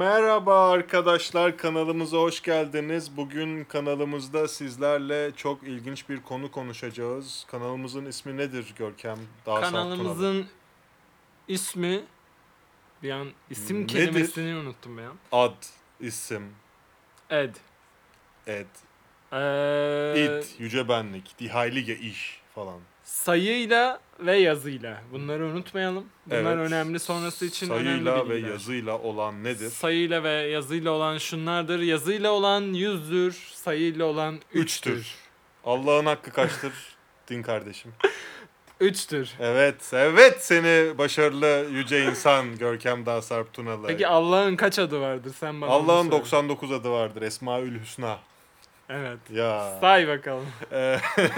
Merhaba arkadaşlar, kanalımıza hoş geldiniz. Bugün kanalımızda sizlerle çok ilginç bir konu konuşacağız. Kanalımızın ismi nedir Görkem? Daha Sarp Tunalı. Kanalımızın ismi bir an isim Nedir? kelimesini unuttum bir an. Ad, isim, Ed. ed, Ee, it, yüce benlik, die heilige iş falan. sayıyla ve yazıyla. Bunları unutmayalım. Bunlar Evet. önemli, sonrası için önemli Sayıyla ve bilgiler. yazıyla olan nedir? Sayıyla ve yazıyla olan şunlardır. Yazıyla olan 100'dür. Sayıyla olan 3'tür. Allah'ın hakkı kaçtır? Din kardeşim. 3'tür. Evet seni başarılı yüce insan Görkem Daha Sarp Tunalı. Peki Allah'ın kaç adı vardır? Sen bana onu Allah'ın söyle. 99 adı vardır. Esmaül Hüsna. Evet. Ya. Say bakalım. Ee,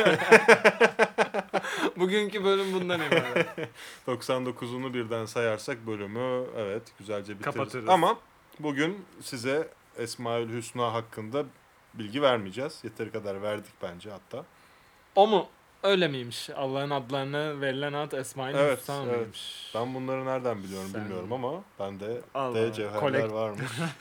Bugünkü bölüm bundan ibaret. 99'unu birden sayarsak bölümü evet güzelce bitiririz. Kapatırız. Ama bugün size Esmaül Hüsna hakkında bilgi vermeyeceğiz. Yeteri kadar verdik bence hatta. O mu? Öyle miymiş? Allah'ın adlarına verilen ad Esma-i Evet, Hüsna evet. mıymış? Ben bunları nereden biliyorum Sen- bilmiyorum ama bende Allah de Allah. cevherler varmış.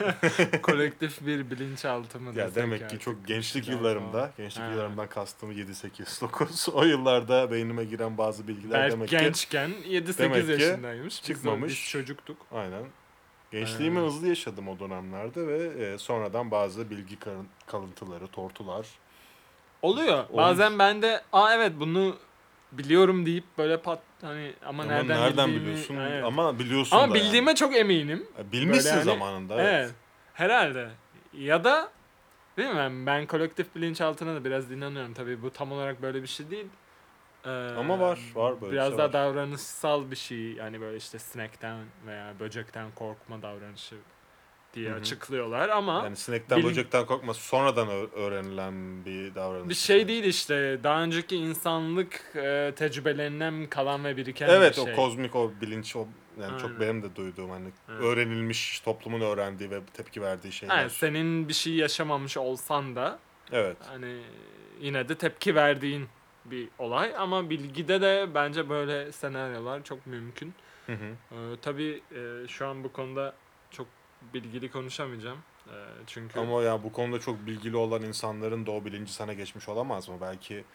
Kolektif bir bilinçaltı mı Ya desek demek ki artık, çok bir gençlik şeyler yıllarımda, falan. gençlik Ha. yıllarımdan kastım 7 8 9 o yıllarda beynime giren bazı bilgiler Belki demek ki gençken 7-8 demek ki yaşındaymış. çıkmamış. Biz çocuktuk. aynen. Gençliğimi Evet. hızlı yaşadım o dönemlerde ve sonradan bazı bilgi kalıntıları, tortular. Oluyor. Olmuş. Bazen ben de evet bunu biliyorum deyip böyle hani ama nereden bildiğimi... biliyorsun? Evet. Ama biliyorsun Ama da bildiğime çok eminim. yani. Bilmişsin Böyle hani- zamanında. Evet. Herhalde. Ya da bilmiyorum, ben kolektif bilinçaltına da biraz inanıyorum. Tabii bu tam olarak böyle bir şey değil. Ama var böyle biraz bir şey daha var. davranışsal bir şey. Yani böyle işte sinekten veya böcekten korkma davranışı diye Hı hı. açıklıyorlar ama Yani sinekten böcekten korkması sonradan öğrenilen bir davranış. bir şey değil işte. Daha önceki insanlık tecrübelerinden kalan ve biriken Evet bir şey. o kozmik o bilinç o yani Aynen. çok benim de duyduğum hani Evet. öğrenilmiş toplumun öğrendiği ve tepki verdiği şeyler. Yani senin bir şey yaşamamış olsan da Evet. hani yine de tepki verdiğin bir olay ama bilgide de bence böyle senaryolar çok mümkün. Hı hı. Tabii şu an bu konuda çok bilgili konuşamayacağım. Çünkü Ama ya bu konuda çok bilgili olan insanların da o bilinci sana geçmiş olamaz mı?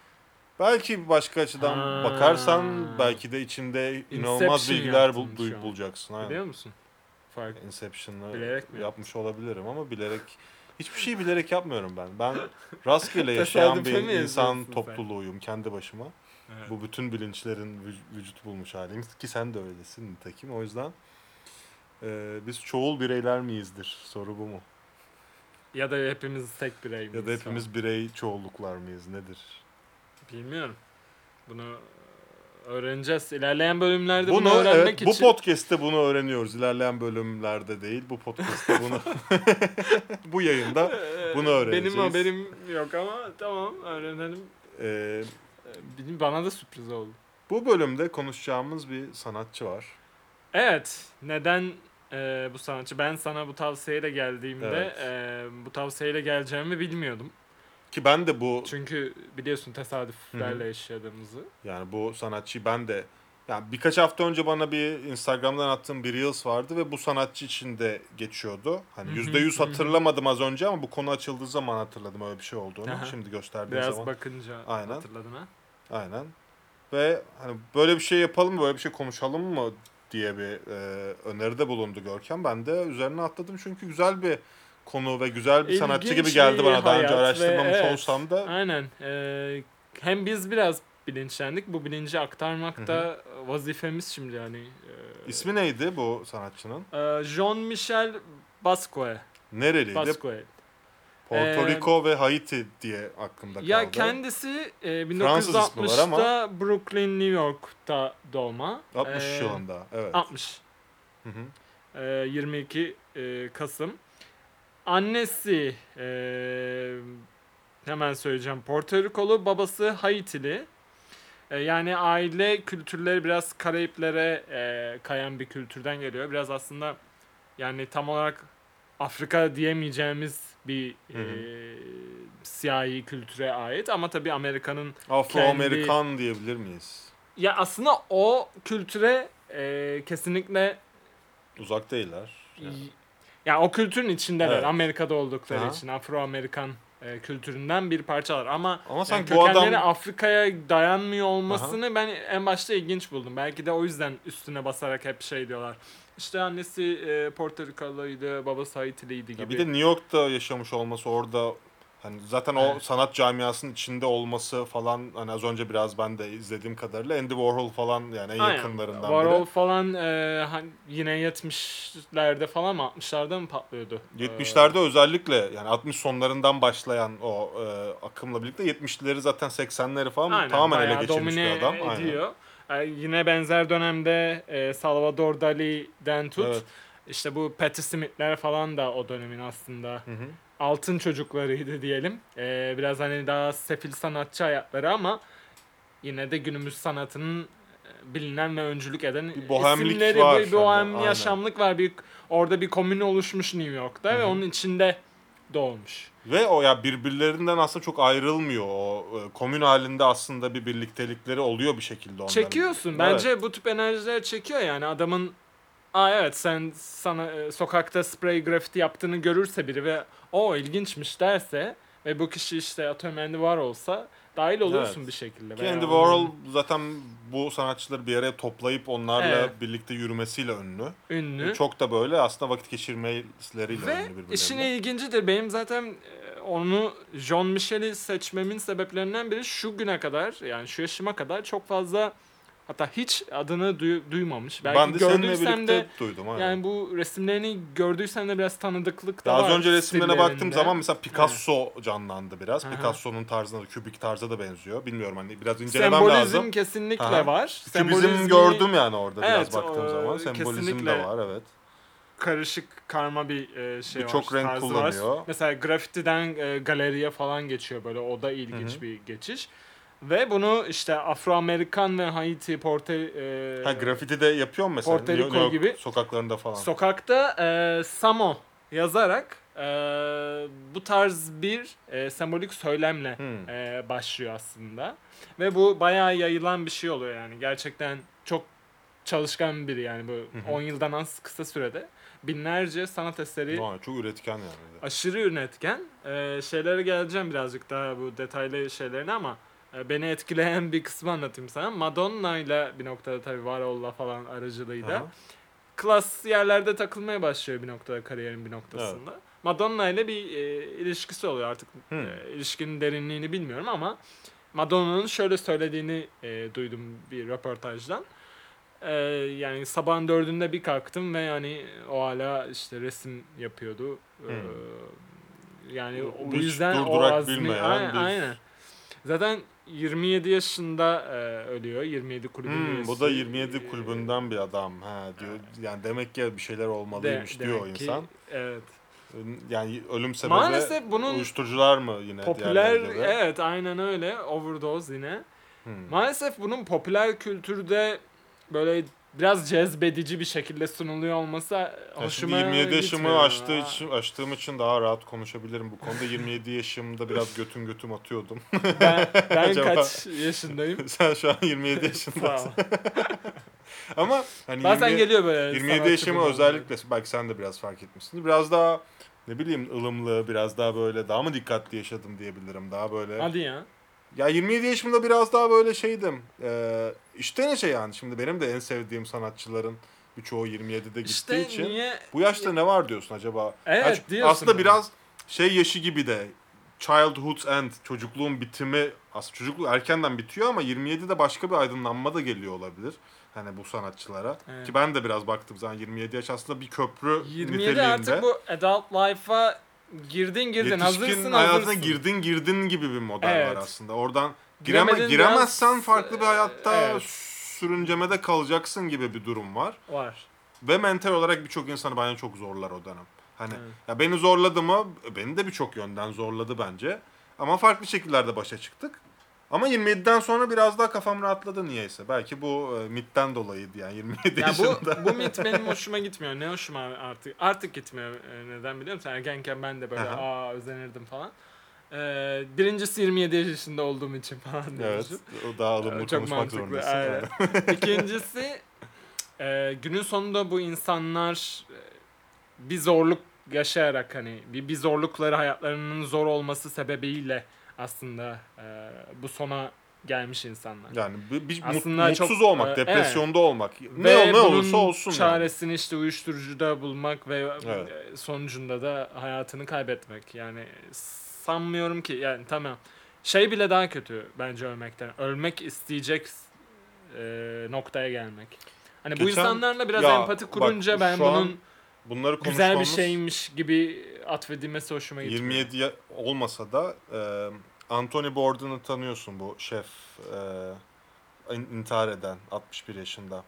Belki başka açıdan Ha. bakarsan belki de içinde inanılmaz Inception bilgiler yaptın şu an. bulacaksın. Aynen. biliyor musun? Fark. Inception'ı Bilerek mi yapmış olabilirim ama hiçbir şeyi bilerek yapmıyorum ben. Ben rastgele yaşayan bir Tesadüfe mi insan yazıyorsun sen? topluluğuyum kendi başıma. Evet. Bu bütün bilinçlerin vücut bulmuş halim ki sen de öylesin nitekim. O yüzden biz çoğul bireyler miyizdir? Soru bu mu? Ya da hepimiz tek birey miyiz? Ya da hepimiz falan. birey çoğulluklar mıyız? Nedir? Bilmiyorum. Bunu öğreneceğiz. İlerleyen bölümlerde bunu öğrenmek bu için. podcast'te bunu öğreniyoruz. İlerleyen bölümlerde değil. Bu podcast'te bunu bu yayında bunu öğreneceğiz. Benim haberim yok ama tamam, öğrenelim. Ee, Bana da sürpriz oldu. bu bölümde konuşacağımız bir sanatçı var. Evet. Neden bu sanatçı? Ben sana bu tavsiyeyle geldiğimde bu tavsiyeyle geleceğimi bilmiyordum. Ki ben de bu Çünkü biliyorsun tesadüflerle yaşadığımızı. yani bu sanatçıyı ben de yani birkaç hafta önce bana bir Instagram'dan attığım bir Reels vardı ve bu sanatçı için de geçiyordu. Hani %100 hatırlamadım az önce ama bu konu açıldığı zaman hatırladım öyle bir şey olduğunu. Aha. Şimdi gösterdiğim Biraz zaman. bakınca Aynen. hatırladın ha? Aynen. Ve hani böyle bir şey yapalım mı, böyle bir şey konuşalım mı diye bir öneride bulundu Görkem. Ben de üzerine atladım çünkü güzel bir konu ve güzel bir sanatçı gibi geldi bana. Daha önce araştırmamış olsam da. Aynen. Hem biz biraz bilinçlendik. Bu bilinci aktarmak da vazifemiz şimdi yani. İsmi neydi bu sanatçının? Jean-Michel Basquiat. Nereliydi? Basquiat. Porto Rico ve Haiti diye aklımda kaldı. Ya kendisi Fransız ismi var ama. 1960'da Brooklyn, New York'ta doğma. 60 yılında, evet. 60. Hı hı. 22 Kasım. Annesi hemen söyleyeceğim, Porto Rikolu, babası Haitili. Yani aile kültürleri biraz Karayiplere kayan bir kültürden geliyor. Biraz aslında yani tam olarak Afrika diyemeyeceğimiz bir siyahi kültüre ait ama tabii Amerika'nın Afro-Amerikan diyebilir miyiz? ya aslında o kültüre kesinlikle Uzak değiller. Yani o kültürün içindeler. Evet. Amerika'da oldukları Aha. için Afro-Amerikan kültüründen bir parçalar. Ama Ama yani sanki bu kökenleri adam... Afrika'ya dayanmıyor Aha. olmasını ben en başta ilginç buldum. Belki de o yüzden üstüne basarak hep şey diyorlar. İşte annesi Porto Rikalıydı, babası Haitiliydi Ya gibi. bir de New York'ta yaşamış olması, orada hani zaten o Evet. sanat camiasının içinde olması falan, hani az önce biraz ben de izlediğim kadarıyla Andy Warhol falan yani en Aynen. yakınlarından biri. Warhol falan yine 70'lerde falan mı 60'larda mı patlıyordu? 70'lerde özellikle, yani 60 sonlarından başlayan o akımla birlikte 70'leri zaten 80'leri falan Aynen, tamamen ele bayağı geçirmiş bir domine adam. Aynen. ediyor. Yine benzer dönemde Salvador Dali'den tut. Evet. İşte bu Patti Smith'ler falan da o dönemin aslında Hı hı. altın çocuklarıydı diyelim. Biraz hani daha sefil sanatçı hayatları ama yine de günümüz sanatının bilinen ve öncülük eden Bir bohemlik isimleri, var bir hani, bohem aynen. yaşamlık var. Orada bir komün oluşmuş New York'ta Hı ve hı. onun içinde doğmuş. Ve o ya birbirlerinden aslında çok ayrılmıyor. O komün halinde aslında bir birliktelikleri oluyor bir şekilde onların. Çekiyorsun. Evet. Bence bu tip enerjiler çekiyor yani adamın evet sen sana sokakta spray graffiti yaptığını görürse biri ve o ilginçmiş derse ve bu kişi işte atıyorum Andy var olsa dahil Evet. olursun bir şekilde. Ki Veya Andy onun Warhol zaten bu sanatçıları bir araya toplayıp onlarla evet, birlikte yürümesiyle ünlü. ünlü. Çok da böyle aslında vakit geçirmeleriyle Ve ünlü işin birbirleriyle. ilgincidir. Benim zaten onu John Michel'i seçmemin sebeplerinden biri şu güne kadar yani şu yaşıma kadar çok fazla hatta hiç adını duymamış. Ben Belki de seninle gördüysem birlikte de duydum aynen. yani bu resimlerini gördüysem de biraz tanıdıklık Ya da az var önce resimlerine baktığım stillerinde. zaman mesela Evet. Picasso canlandı biraz. Aha. Picasso'nun tarzına da, kübik tarza da benziyor. Bilmiyorum, hani biraz incelemem lazım. Sembolizm kesinlikle Aha. var. Kübizm Sembolizmi gördüm yani orada biraz evet baktığım zaman. Sembolizm de kesinlikle var, evet. karışık karma bir şey var, Birçok renk tarzı var. kullanıyor. Mesela grafitiden galeriye falan geçiyor böyle. O da Hı hı. ilginç bir geçiş. Ve bunu işte Afro-Amerikan ve Haiti, Ha, grafiti de yapıyor mu mesela Porto New Rico York gibi sokaklarında falan? sokakta Samo yazarak bu tarz bir sembolik söylemle Hmm. başlıyor aslında. Ve bu bayağı yayılan bir şey oluyor yani. Gerçekten çok çalışkan biri yani bu Hı hı. 10 yıldan az kısa sürede binlerce sanat eseri Vay, çok üretken yani. aşırı üretken. Şeylere geleceğim birazcık daha bu detaylı şeylerine ama beni etkileyen bir kısmı anlatayım sana. Madonna ile bir noktada tabii Warhol'la falan aracılığıyla Aha. klas yerlerde takılmaya başlıyor bir noktada kariyerin bir Evet. noktasında. Madonna ile bir ilişkisi oluyor artık. Hmm. İlişkinin derinliğini bilmiyorum ama Madonna'nın şöyle söylediğini duydum bir röportajdan. Yani sabahın 4'ünde bir kalktım ve yani o hala işte resim yapıyordu. Yani o Hiç yüzden o durdurak azmi bilmeyen bir... aynen. Zaten 27 yaşında ölüyor. 27 kulübün Bu da üyesi. 27 kulübünden bir adam. Ha diyor. Yani demek ki bir şeyler olmalıymış diyor o Demek ki insan. evet. Yani ölüm sebebi Maalesef bunun uyuşturucular mı yine popüler diğerleri gibi? evet aynen öyle overdose yine. Hmm. Maalesef bunun popüler kültürde böyle biraz cezbedici bir şekilde sunuluyor olması Ya şimdi hoşuma 27 yaşımı gitmiyor. aştığım için daha rahat konuşabilirim bu konuda. 27 yaşımda biraz götüm atıyordum. Ben Acaba kaç yaşındayım? sen şu an 27 Sağ ol. yaşındasın. Ama hani Bazen geliyor böyle 27 sanatçı yaşımı bunalımları. özellikle, belki sen de biraz fark etmişsin. Biraz daha ne bileyim ılımlı, biraz daha böyle daha mı dikkatli yaşadım diyebilirim. Daha böyle. Hadi ya. Ya 27 yaşımda biraz daha böyle şeydim. İşte ne şey yani, şimdi benim de en sevdiğim sanatçıların birçoğu 27'de gittiği İşte için. niye? Bu yaşta ne var diyorsun acaba? Evet diyorsun. Aslında bunu. biraz şey yaşı gibi de, childhood's end, çocukluğun bitimi, aslında çocukluk erkenden bitiyor ama 27'de başka bir aydınlanma da geliyor olabilir. Hani bu sanatçılara. Evet. Ki ben de biraz baktığım zaman 27 yaş aslında bir köprü 27 artık niteliğinde. bu adult life'a girdin Yetişkin hazırsın hayatına girdin gibi bir model var Evet. aslında. Oradan Giremedin giremezsen biraz, farklı bir hayatta evet. sürüncemede kalacaksın gibi bir durum var. Var. Ve mental olarak birçok insanı bence çok zorlar o dönem. Hani Evet. ya beni zorladı mı? Beni de birçok yönden zorladı bence. Ama farklı şekillerde başa çıktık. Ama 27'den sonra biraz daha kafam rahatladı niyeyse. Belki bu MIT'ten dolayıydı yani 27 Ya yaşında. bu mit benim hoşuma gitmiyor. Ne hoşuma artık gitmiyor. Neden biliyor musun? Ergenken ben de böyle Aha. özenirdim falan. Birincisi 27 yaşında olduğum için falan Evet. demişim. O daha alımlı Çok konuşmak mantıklı. zorundasın. Aynen. Aynen. İkincisi günün sonunda bu insanlar bir zorluk yaşayarak hani bir zorlukları hayatlarının zor olması sebebiyle aslında bu sona gelmiş insanlar. Yani bir Aslında çok mutsuz olmak, evet. depresyonda olmak. Ve Ne olursa bunun olsun yani. çaresini işte uyuşturucuda bulmak ve Evet. sonucunda da hayatını kaybetmek. Yani sanmıyorum ki yani tamam. Şey bile daha kötü bence ölmekten. Ölmek isteyecek noktaya gelmek. Hani bu Geçen insanlarla biraz ya empati bak kurunca ben şu an bunun bunları güzel bir konuşmamız şeymiş gibi atfedilmesi hoşuma gitmiyor. 27 olmasa da Anthony Bourdain'ı tanıyorsun, bu şef, intihar eden 61 yaşında.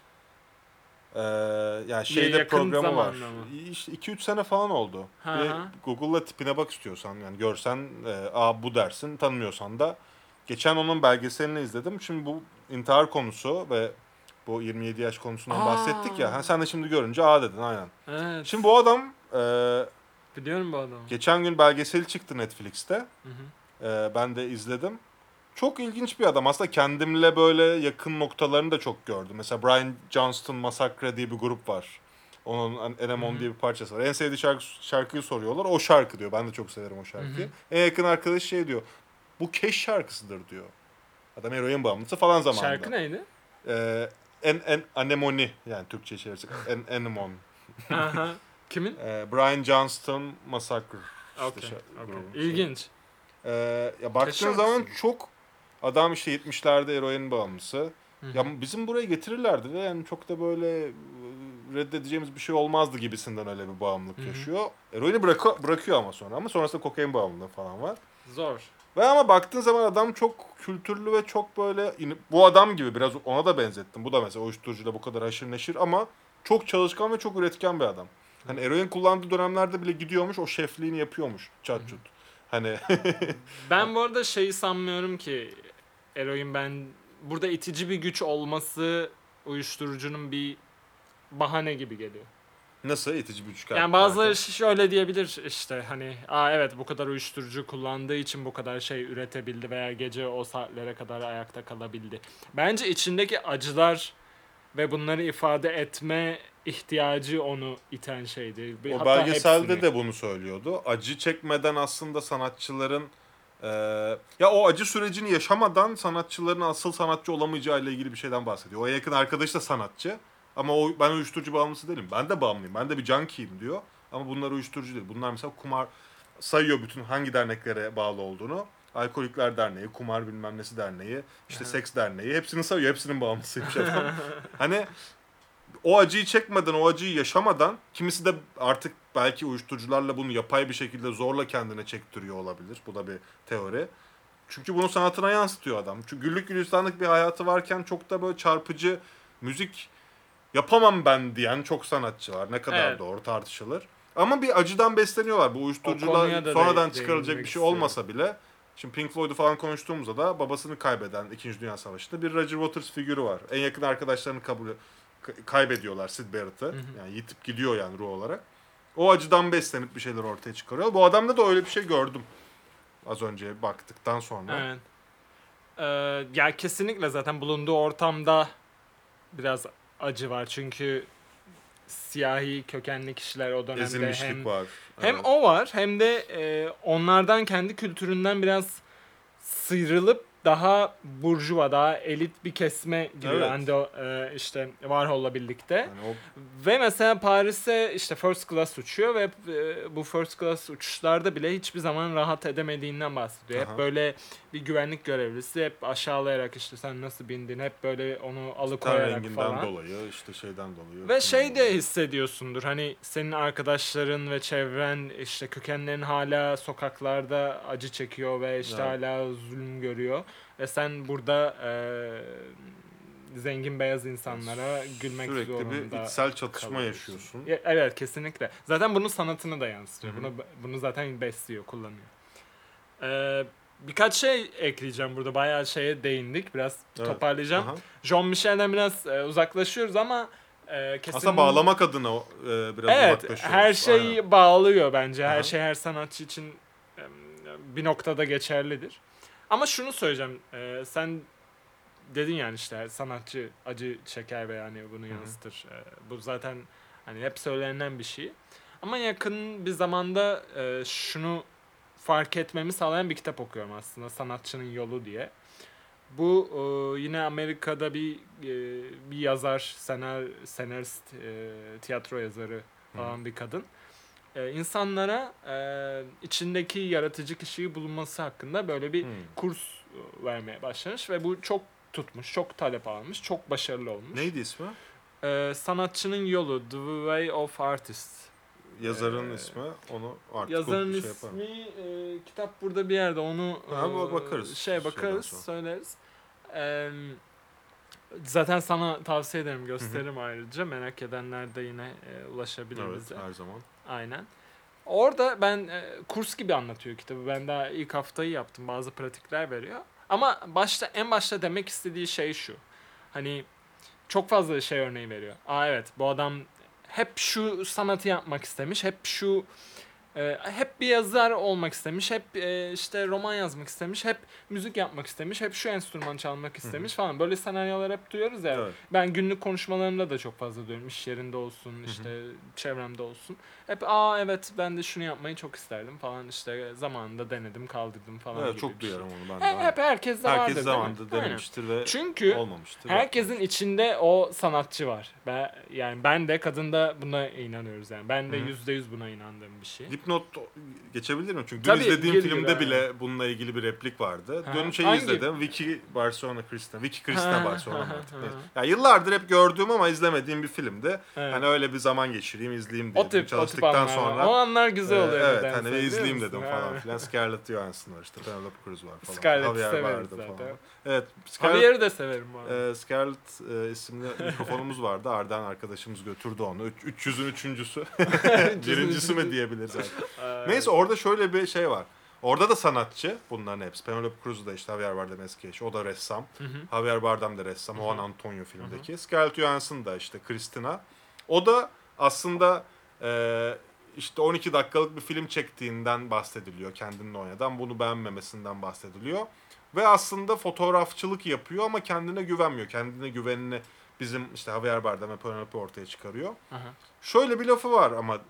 Yani şeyde Yakın programı var. zamanda mı? İşte 2-3 sene falan oldu. Ha Bir ha. Google'la tipine bak istiyorsan, yani görsen bu dersin, tanımıyorsan da. Geçen onun belgeselini izledim. Şimdi bu intihar konusu ve bu 27 yaş konusundan bahsettik ya. Aa, Sen de şimdi görünce dedin aynen. evet. Şimdi bu adam Biliyorum bu adamı. geçen gün belgeseli çıktı Netflix'te. Hı hı. Ben de izledim. Çok ilginç bir adam. Aslında kendimle böyle yakın noktalarını da çok gördüm. Mesela Brian Johnston Massacre diye bir grup var. Onun Hı Anemone hı. diye bir parçası var. En sevdiği şarkıyı soruyorlar. O şarkı diyor. Ben de çok severim o Hı hı. şarkıyı. En yakın arkadaş şey diyor. Bu Cash şarkısıdır diyor. Adam eroin bağımlısı falan Şarkı zamanında. neydi? Anemone, yani Türkçe çevirsek. Anemone. Aha. Kimin? Brian Johnston Massacre. İşte Okey. Okey. grubun şeyi. İlginç. Ya baktığın şarkısı zaman mı? çok adam işte 70'lerde eroin bağımlısı. Hı hı. Ya bizim buraya getirirlerdi ve yani çok da böyle reddedeceğimiz bir şey olmazdı gibisinden öyle bir bağımlılık Hı hı. yaşıyor. Eroini bırakıyor ama sonrasında kokain bağımlılığı falan var. Zor. Ve ama baktığın zaman adam çok kültürlü ve çok böyle, bu adam gibi biraz ona da benzettim. Bu da mesela uyuşturucuyla bu kadar haşır neşir ama çok çalışkan ve çok üretken bir adam. Hani eroin kullandığı dönemlerde bile gidiyormuş, o şefliğini yapıyormuş. Çat çut. Hani Ben bu arada şeyi sanmıyorum ki eroin ben burada itici bir güç olması uyuşturucunun bir bahane gibi geliyor. nasıl itici bir güç Yani bazıları derken? şöyle diyebilir işte hani evet bu kadar uyuşturucu kullandığı için bu kadar şey üretebildi veya gece o saatlere kadar ayakta kalabildi. Bence içindeki acılar ve bunları ifade etme ihtiyacı onu iten şeydi. O Hatta belgeselde hepsini. de bunu söylüyordu. Acı çekmeden aslında sanatçıların e, ya o acı sürecini yaşamadan sanatçıların asıl sanatçı olamayacağı ile ilgili bir şeyden bahsediyor. O en yakın arkadaş da sanatçı ama ben uyuşturucu bağımlısı değilim. Ben de bağımlıyım. Ben de bir junkie'yim diyor. Ama bunlar uyuşturucu değil. Bunlar mesela kumar, sayıyor bütün hangi derneklere bağlı olduğunu. Alkolikler Derneği, Kumar bilmem nesi derneği, işte Seks Derneği, hepsini sayıyor. Hepsinin bağımlısıymış adam. Hani o acıyı çekmeden, o acıyı yaşamadan, kimisi de artık belki uyuşturucularla bunu yapay bir şekilde zorla kendine çektiriyor olabilir. Bu da bir teori. Çünkü bunu sanatına yansıtıyor adam. Çünkü güllük gülistanlık bir hayatı varken çok da böyle çarpıcı müzik yapamam ben diyen çok sanatçı var. Ne kadar Evet. doğru tartışılır. Ama bir acıdan besleniyorlar. Bu O uyuşturucuyla konuya da sonradan çıkarılacak değinmek bir şey istiyorum. olmasa bile. Şimdi Pink Floyd'u falan konuştuğumuzda da babasını kaybeden 2. Dünya Savaşı'nda bir Roger Waters figürü var. En yakın arkadaşlarını kaybediyorlar, Syd Barrett'ı. Hı hı. Yani yitip gidiyor yani ruh olarak. O acıdan beslenip bir şeyler ortaya çıkarıyor. Bu adamda da öyle bir şey gördüm. Az önce baktıktan sonra. Evet. Ya kesinlikle zaten bulunduğu ortamda biraz acı var. Çünkü siyahi kökenli kişiler o dönemde Ezilmişlik var. hem Evet. o var hem de onlardan kendi kültüründen biraz sıyrılıp daha burjuva, daha elit bir kesme giriyor. Evet. Andy, işte Warhol'la birlikte. Yani o Ve mesela Paris'e işte first class uçuyor ve bu first class uçuşlarda bile hiçbir zaman rahat edemediğinden bahsediyor. Aha. Hep böyle bir güvenlik görevlisi hep aşağılayarak işte sen nasıl bindin hep böyle onu ten alıkoyarak renginden falan. dolayı, işte şeyden dolayı. Ve şundan şey de dolayı. hissediyorsundur hani senin arkadaşların ve çevren işte kökenlerin hala sokaklarda acı çekiyor ve işte Evet. hala zulüm görüyor. Ve sen burada zengin beyaz insanlara gülmek Sürekli bir zorunda içsel çatışma kalıyorsun. yaşıyorsun. Evet kesinlikle. Zaten bunun sanatını da yansıtıyor. Hı hı. Bunu zaten besliyor, kullanıyor. Birkaç şey ekleyeceğim burada. Bayağı şeye değindik. Biraz Evet. toparlayacağım. Aha. Jean Michel'den biraz uzaklaşıyoruz ama kesin... Aslında bağlamak adına biraz Evet, uzaklaşıyoruz. her şeyi Aynen. bağlıyor bence. Her Aha. şey her sanatçı için bir noktada geçerlidir. Ama şunu söyleyeceğim. Sen dedin yani işte sanatçı acı çeker ve yani bunu yansıtır. Bu zaten hani hep söylenen bir şey. Ama yakın bir zamanda şunu fark etmemi sağlayan bir kitap okuyorum aslında. Sanatçının Yolu diye. Bu yine Amerika'da bir yazar, senarist, tiyatro yazarı falan bir kadın. İnsanlara içindeki yaratıcı kişiyi bulunması hakkında böyle bir kurs vermeye başlamış ve bu çok tutmuş, çok talep almış, çok başarılı olmuş. Neydi ismi? Sanatçının Yolu, The Way of Artist. Yazarın ismi, onu artık Yazarın şey ismi kitap burada bir yerde, onu bakarız. bakarız, söyleriz. Zaten sana tavsiye ederim, gösteririm ayrıca. Merak edenler de yine ulaşabilir bize. Evet, her zaman. Aynen. Orada ben kurs gibi anlatıyor kitabı. Ben daha ilk haftayı yaptım. Bazı pratikler veriyor. Ama en başta demek istediği şey şu. Hani çok fazla şey örneği veriyor. Evet, bu adam hep şu sanatı yapmak istemiş. Hep bir yazar olmak istemiş. Hep işte roman yazmak istemiş. Hep müzik yapmak istemiş. Hep şu enstrüman çalmak istemiş falan. Böyle senaryolar hep duyuyoruz ya. Evet. Ben günlük konuşmalarımda da çok fazla duyuyorum. İş yerinde olsun, işte çevremde olsun. Hep evet ben de şunu yapmayı çok isterdim falan, işte zamanında denedim, kaldırdım falan Evet, gibi çok bir şey. duyarım onu ben de. Hep herkes de vardır, Herkes değil mi? zamanında Aynen. denemiştir ve Çünkü olmamıştır. herkesin içinde o sanatçı var. Ben de, kadın da buna inanıyoruz yani. Ben de %100 buna inandığım bir şey. Dipnot geçebilir mi? Çünkü dün Tabii, izlediğim gir, filmde yani. bile bununla ilgili bir replik vardı. Ha, Dün hangi? izledim. Vicky Cristina Ha, Barcelona ha, artık. ha, Neyse. ha. Ya yıllardır hep gördüğüm ama izlemediğim bir filmdi. Evet. Hani öyle bir zaman geçireyim, izleyeyim diye. O tip Çalıştıktan anlar. sonra. O anlar güzel oluyor. Evet, nedense, hani bir biliyor izleyeyim musun? dedim falan filan. Scarlett Johansson var işte, Penelope Cruz var falan. Scarlett'i Javier severiz Bardem zaten. falan. Evet, Javier'i de severim bu arada. Scarlett isimli mikrofonumuz vardı. Arden arkadaşımız götürdü onu. 300'ün üçüncüsü. Birincisi mi diyebiliriz artık. Neyse, orada şöyle bir şey var. Orada da sanatçı bunların hepsi. Penelope Cruz da işte Javier Bardem eski eşi. O da ressam. Javier Bardem de ressam. Juan Antonio filmdeki. Scarlett Johansson da işte Christina. O da aslında işte 12 dakikalık bir film çektiğinden bahsediliyor. Kendinin oynadan. Bunu beğenmemesinden bahsediliyor. Ve aslında fotoğrafçılık yapıyor ama kendine güvenmiyor. Kendine güvenini bizim işte Javier Bardem ve Penelope ortaya çıkarıyor. Şöyle bir lafı var ama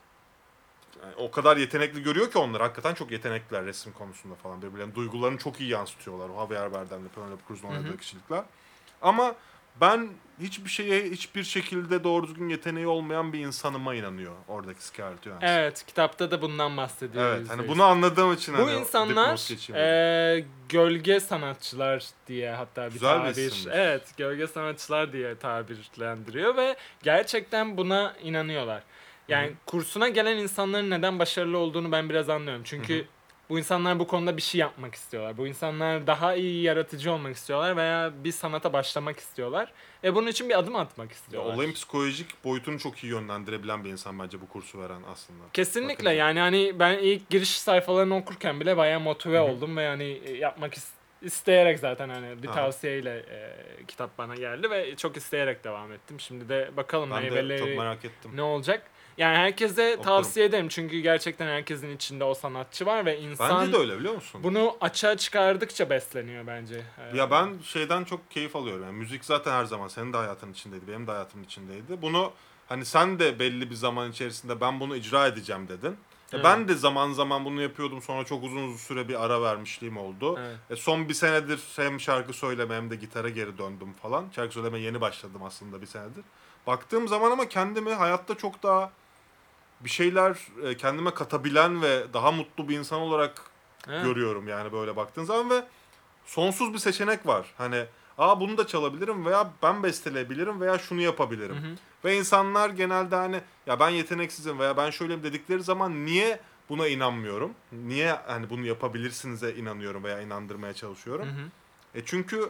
yani o kadar yetenekli görüyor ki onlar. Hakikaten çok yetenekliler resim konusunda falan. Birbirlerinin duygularını çok iyi yansıtıyorlar. O Javier Bardem'le Penelope Cruz'un oynadığı kişilikler. Ama ben hiçbir şekilde doğru düzgün yeteneği olmayan bir insanıma inanıyor oradaki Scarlett Johansson. Evet, kitapta da bundan bahsediyor. Evet, hani bunu anladığım için bu hani insanlar gölge sanatçılar diye hatta bir güzel bir tabir. isimmiş. Evet, gölge sanatçılar diye tabirlendiriyor ve gerçekten buna inanıyorlar. Yani kursuna gelen insanların neden başarılı olduğunu ben biraz anlıyorum. Çünkü bu insanlar bu konuda bir şey yapmak istiyorlar. Bu insanlar daha iyi yaratıcı olmak istiyorlar veya bir sanata başlamak istiyorlar. Ve bunun için bir adım atmak istiyorlar. Olayın psikolojik boyutunu çok iyi yönlendirebilen bir insan bence bu kursu veren aslında. Kesinlikle. Bakınca. Yani hani ben ilk giriş sayfalarını okurken bile bayağı motive oldum ve yani yapmak isteyerek zaten hani bir tavsiyeyle kitap bana geldi ve çok isteyerek devam ettim. Şimdi de bakalım Ben de meyveleri çok merak ettim. ne olacak. Yani herkese Okurum. tavsiye ederim çünkü gerçekten herkesin içinde o sanatçı var ve insan Bence de öyle, biliyor musun? bunu açığa çıkardıkça besleniyor bence. Ya ben şeyden çok keyif alıyorum. Yani müzik zaten her zaman senin de hayatın içindeydi, benim de hayatımın içindeydi. Bunu hani sen de belli bir zaman içerisinde ben bunu icra edeceğim dedin. Evet. Ben de zaman zaman bunu yapıyordum. Sonra çok uzun süre bir ara vermişliğim oldu. Evet. Son bir senedir hem şarkı söyleme hem de gitara geri döndüm falan. Şarkı söylemeye yeni başladım aslında bir senedir. Baktığım zaman ama kendimi hayatta çok daha bir şeyler kendime katabilen ve daha mutlu bir insan olarak görüyorum yani böyle baktığın zaman ve sonsuz bir seçenek var. Hani bunu da çalabilirim veya ben besteleyebilirim veya şunu yapabilirim. Ve insanlar genelde hani ya ben yeteneksizim veya ben şöyleyim dedikleri zaman niye buna inanmıyorum? Niye hani bunu yapabilirsiniz'e inanıyorum veya inandırmaya çalışıyorum? Çünkü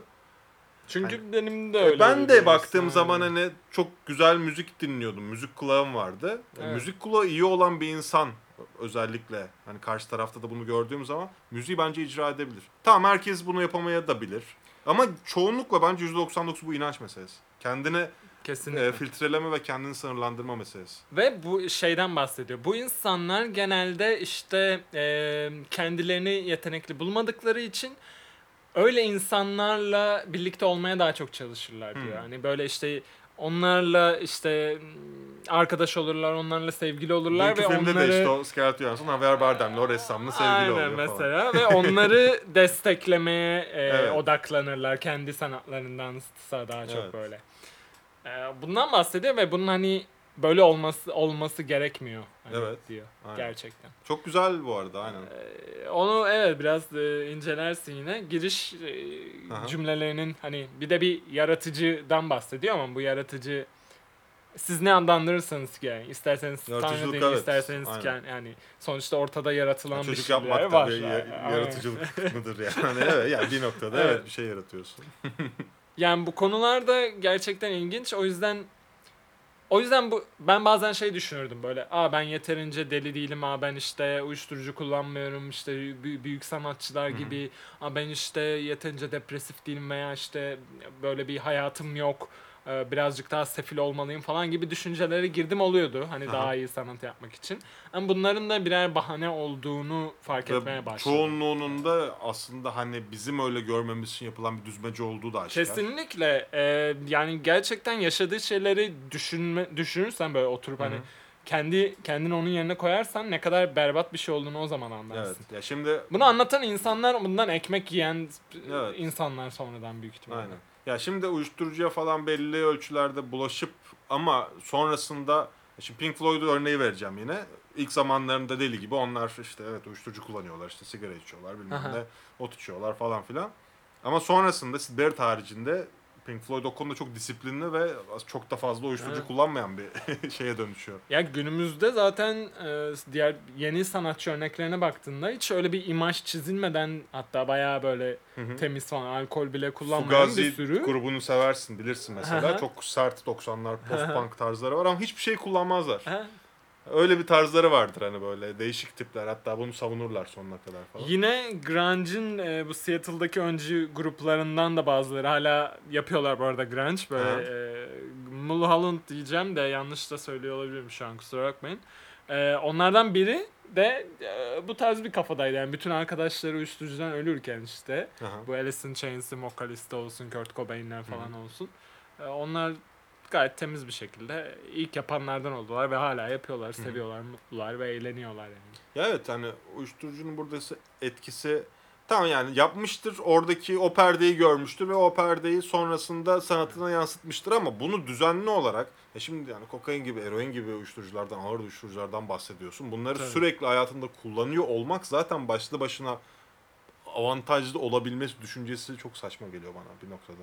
hani, benim de öyle. Ben de baktığım zaman hani çok güzel müzik dinliyordum. Müzik kulağım vardı. Evet. Müzik kulağı iyi olan bir insan özellikle hani karşı tarafta da bunu gördüğüm zaman müziği bence icra edebilir. Tamam, herkes bunu yapamaya da bilir. Ama çoğunlukla bence %99 bu inanç meselesi. Kendini filtreleme ve kendini sınırlandırma meselesi. Ve bu şeyden bahsediyor. Bu insanlar genelde işte kendilerini yetenekli bulmadıkları için öyle insanlarla birlikte olmaya daha çok çalışırlar diyor. Hani böyle işte onlarla işte arkadaş olurlar, onlarla sevgili olurlar Dünkü ve filmde onları de işte o Scarlett Johansson Javier Bardem'le o ressamla sevgili aynen oluyor falan. mesela ve onları desteklemeye Evet. odaklanırlar kendi sanatlarındansa daha çok Evet. böyle. Bundan bahsediyor ve bunun hani böyle olması gerekmiyor hani Evet. diyor Aynen. gerçekten. Çok güzel bu arada aynen. Onu evet biraz incelersin yine. Giriş Aha. cümlelerinin hani bir de bir yaratıcıdan bahsediyor ama bu yaratıcı siz ne adlandırırsanız ki yani isterseniz Tanrı Yaratıcılık deyin evet. isterseniz Aynen. yani sonuçta ortada yaratılan bir Çocuk şeyler yapmak da var. bir Aynen. yaratıcılık mıdır yani? Evet yani bir noktada Evet. evet bir şey yaratıyorsun. Yani bu konularda gerçekten ilginç. O yüzden ben bazen şey düşünürdüm böyle. Ben yeterince deli değilim. Ben işte uyuşturucu kullanmıyorum. İşte büyük sanatçılar Hı hı. gibi. Ben işte yeterince depresif değilim veya işte böyle bir hayatım yok. Birazcık daha sefil olmalıyım falan gibi düşüncelere girdim oluyordu. Hani Aha. daha iyi sanat yapmak için. Ama bunların da birer bahane olduğunu fark Ve etmeye başladım. çoğunluğunun da aslında hani bizim öyle görmemiz için yapılan bir düzmece olduğu da aşikar. Kesinlikle. Yani gerçekten yaşadığı şeyleri düşünürsen böyle oturup Hı hı. hani kendini onun yerine koyarsan ne kadar berbat bir şey olduğunu o zaman anlarsın. Evet. Ya şimdi Bunu anlatan insanlar bundan ekmek yiyen evet. insanlar sonradan büyük ihtimalle. Aynen. Ya şimdi uyuşturucuya falan belli ölçülerde bulaşıp ama sonrasında şimdi Pink Floyd örneği vereceğim yine. İlk zamanlarında deli gibi onlar işte evet uyuşturucu kullanıyorlar işte sigara içiyorlar bilmem Aha. ne ot içiyorlar falan filan. Ama sonrasında Syd Barrett haricinde Pink Floyd o konuda çok disiplinli ve çok da fazla uyuşturucu Evet. kullanmayan bir şeye dönüşüyor. Ya günümüzde zaten diğer yeni sanatçı örneklerine baktığında hiç öyle bir imaj çizilmeden hatta bayağı böyle Hı hı. temiz falan alkol bile kullanmayan bir Fugazi sürü. grubunu seversin bilirsin mesela. Aha. Çok sert 90'lar Aha. post-punk tarzları var ama hiçbir şey kullanmazlar. Aha. Öyle bir tarzları vardır hani böyle değişik tipler hatta bunu savunurlar sonuna kadar falan. Yine grunge'ın bu Seattle'daki öncü gruplarından da bazıları hala yapıyorlar bu arada grunge. Aha. Böyle Mulholland diyeceğim de yanlış da söylüyor olabilirim şu an kusura bakmayın. Onlardan biri de bu tarz bir kafadaydı. Yani bütün arkadaşları uyuşturucudan ölürken işte. Aha. Bu Alice in Chains'in vokalisti olsun, Kurt Cobain'ler falan Hı. olsun. Onlar gayet temiz bir şekilde ilk yapanlardan oldular ve hala yapıyorlar, Hı. seviyorlar, mutlular ve eğleniyorlar yani. Ya evet hani uyuşturucunun buradası etkisi tamam yani yapmıştır oradaki o perdeyi görmüştür ve o perdeyi sonrasında sanatına yansıtmıştır ama bunu düzenli olarak şimdi yani kokain gibi eroin gibi uyuşturuculardan ağır uyuşturuculardan bahsediyorsun. Bunları Tabii. sürekli hayatında kullanıyor olmak zaten başlı başına avantajlı olabilmesi düşüncesi çok saçma geliyor bana bir noktada.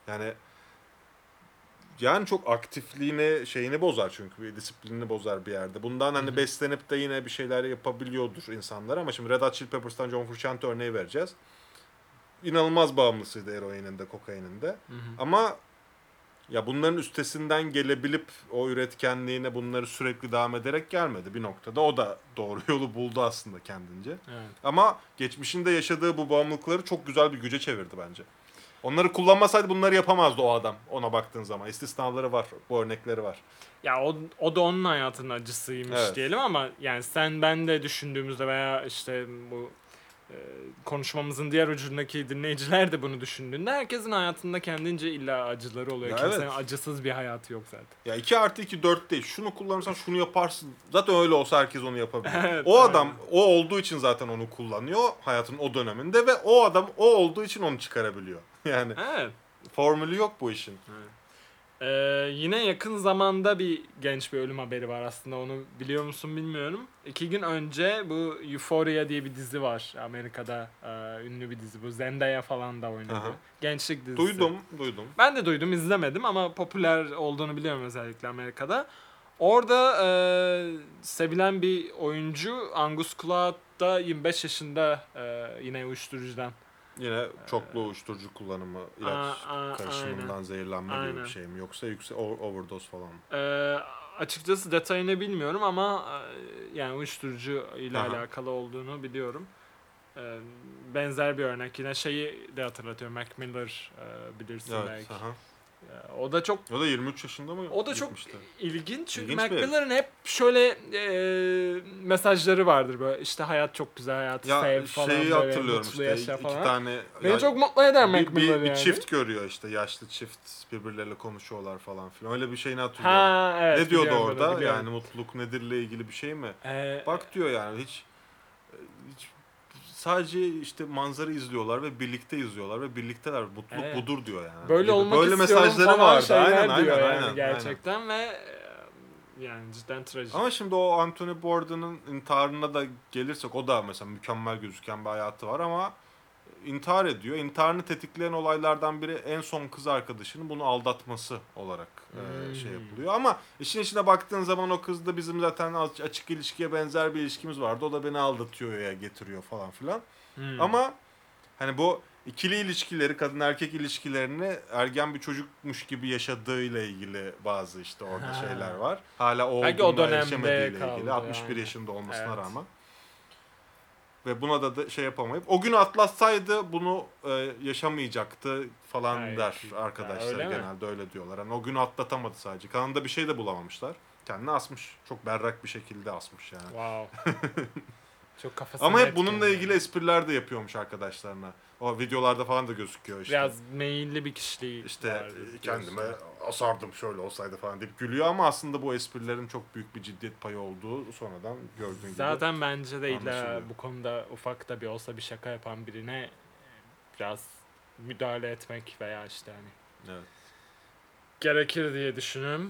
Yani çok aktifliğini şeyini bozar çünkü bir disiplinini bozar bir yerde. Bundan hani beslenip de yine bir şeyler yapabiliyordur insanlar ama şimdi Red Hot Chili Peppers'tan John Frusciante örneği vereceğiz. İnanılmaz bağımlısıydı eroinin de kokainin de. Hı hı. Ama ya bunların üstesinden gelebilip o üretkenliğine bunları sürekli devam ederek gelmedi bir noktada. O da doğru yolu buldu aslında kendince. Evet. Ama geçmişinde yaşadığı bu bağımlılıkları çok güzel bir güce çevirdi bence. Onları kullanmasaydı bunları yapamazdı o adam ona baktığın zaman. İstisnaları var, bu örnekleri var. Ya o da onun hayatının acısıymış Evet. diyelim ama yani sen ben de düşündüğümüzde veya işte bu konuşmamızın diğer ucundaki dinleyiciler de bunu düşündüğünde herkesin hayatında kendince illa acıları oluyor. Ya Kimsenin evet. acısız bir hayatı yok zaten. Ya 2 artı 2 4 değil. Şunu kullanırsan şunu yaparsın. Zaten öyle olsa herkes onu yapabilir. Evet, O aynen. adam o olduğu için zaten onu kullanıyor hayatın o döneminde ve o adam o olduğu için onu çıkarabiliyor. Yani Evet. formülü yok bu işin. Evet. Yine yakın zamanda bir genç bir ölüm haberi var aslında onu biliyor musun bilmiyorum. 2 gün önce bu Euphoria diye bir dizi var Amerika'da ünlü bir dizi bu Zendaya falan da oynadı. Aha. Gençlik dizisi. Duydum. Ben de duydum izlemedim ama popüler olduğunu biliyorum özellikle Amerika'da. Orada sevilen bir oyuncu Angus Cloud da 25 yaşında yine uyuşturucudan. Yine çoklu uyuşturucu kullanımı, ilaç karışımından Aynen. zehirlenme gibi bir Aynen. şey mi yoksa yüksek overdose falan mı? Açıkçası detayını bilmiyorum ama yani uyuşturucu ile Aha. alakalı olduğunu biliyorum. Benzer bir örnek yine şeyi de hatırlatıyor. Mac Miller bilirsin Evet. belki. Aha. O da çok O da 23 yaşında mı? O da çok gitmişti? ilginç çünkü İlginç bir Mac Miller'ın hep şöyle mesajları vardır böyle işte hayat çok güzel, hayatı Ya sev falan şeyi böyle hatırlıyorum mutlu işte yaşa iki falan. tane Beni ya, çok mutlu eder Mac Miller bir yani. çift görüyor işte, yaşlı çift birbirleriyle konuşuyorlar falan filan. Öyle bir şeyini hatırlıyorum. Ha evet. Ne diyordu biliyorum orada? bunu, biliyorum. Yani mutluluk nedirle ilgili bir şey mi? Ee, Bak diyor yani hiç sadece işte manzara izliyorlar ve birlikte izliyorlar ve birlikteler. Mutluluk Evet. budur diyor yani. Böyle gibi. olmak Böyle istiyorum mesajları falan vardı. şeyler Aynen diyor yani aynen. gerçekten ve yani cidden trajik. Ama şimdi o Anthony Bourdain'ın intiharına da gelirsek, o da mesela mükemmel gözüken bir hayatı var ama intihar ediyor. İntiharını tetikleyen olaylardan biri en son kız arkadaşının bunu aldatması olarak şey yapılıyor. Ama işin içine baktığın zaman o kız da bizim zaten açık ilişkiye benzer bir ilişkimiz vardı. O da beni aldatıyor ya getiriyor falan filan. Ama hani bu ikili ilişkileri, kadın erkek ilişkilerini ergen bir çocukmuş gibi yaşadığıyla ilgili bazı işte orada şeyler var. Hala o belki o olgunluğa dönemde erişemediğiyle kaldı, ilgili. 61 aynen. yaşında olmasına Evet. rağmen. Ve buna da şey yapamayıp o günü atlatsaydı bunu yaşamayacaktı falan Ay, der ya arkadaşlar, öyle mi? genelde öyle diyorlar. Yani o günü atlatamadı sadece. Kanında bir şey de bulamamışlar. Kendini asmış. Çok berrak bir şekilde asmış yani. Wow. Çok kafasına Ama hep etkilendi. bununla ilgili espriler de yapıyormuş arkadaşlarına. O videolarda falan da gözüküyor işte. Biraz meyilli bir kişiliği İşte var kendime diyorsun. asardım şöyle olsaydı falan deyip gülüyor ama aslında bu esprilerin çok büyük bir ciddiyet payı olduğu sonradan gördüğün gibi. Zaten bence de illa anlaşılıyor. bu konuda ufak da bir olsa bir şaka yapan birine biraz müdahale etmek veya işte hani Evet. gerekir diye düşünüyorum.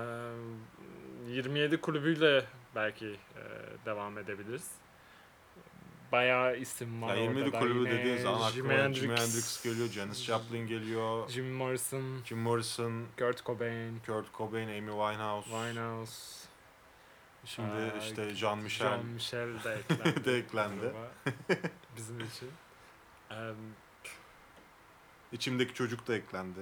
27 kulübüyle belki devam edebiliriz. Bayağı isim var Ya 27 orada da. kulübü Yine dediğin zaman Jimi aklıma Jimi Hendrix, Hendrix geliyor, Janis Joplin geliyor, Jim Morrison, Jim Morrison, Kurt Cobain, Kurt Cobain, Amy Winehouse. Winehouse. Şimdi işte Jean-Michel Jean-Michel de eklendi. de eklendi. gruba, bizim için. İçimdeki çocuk da eklendi.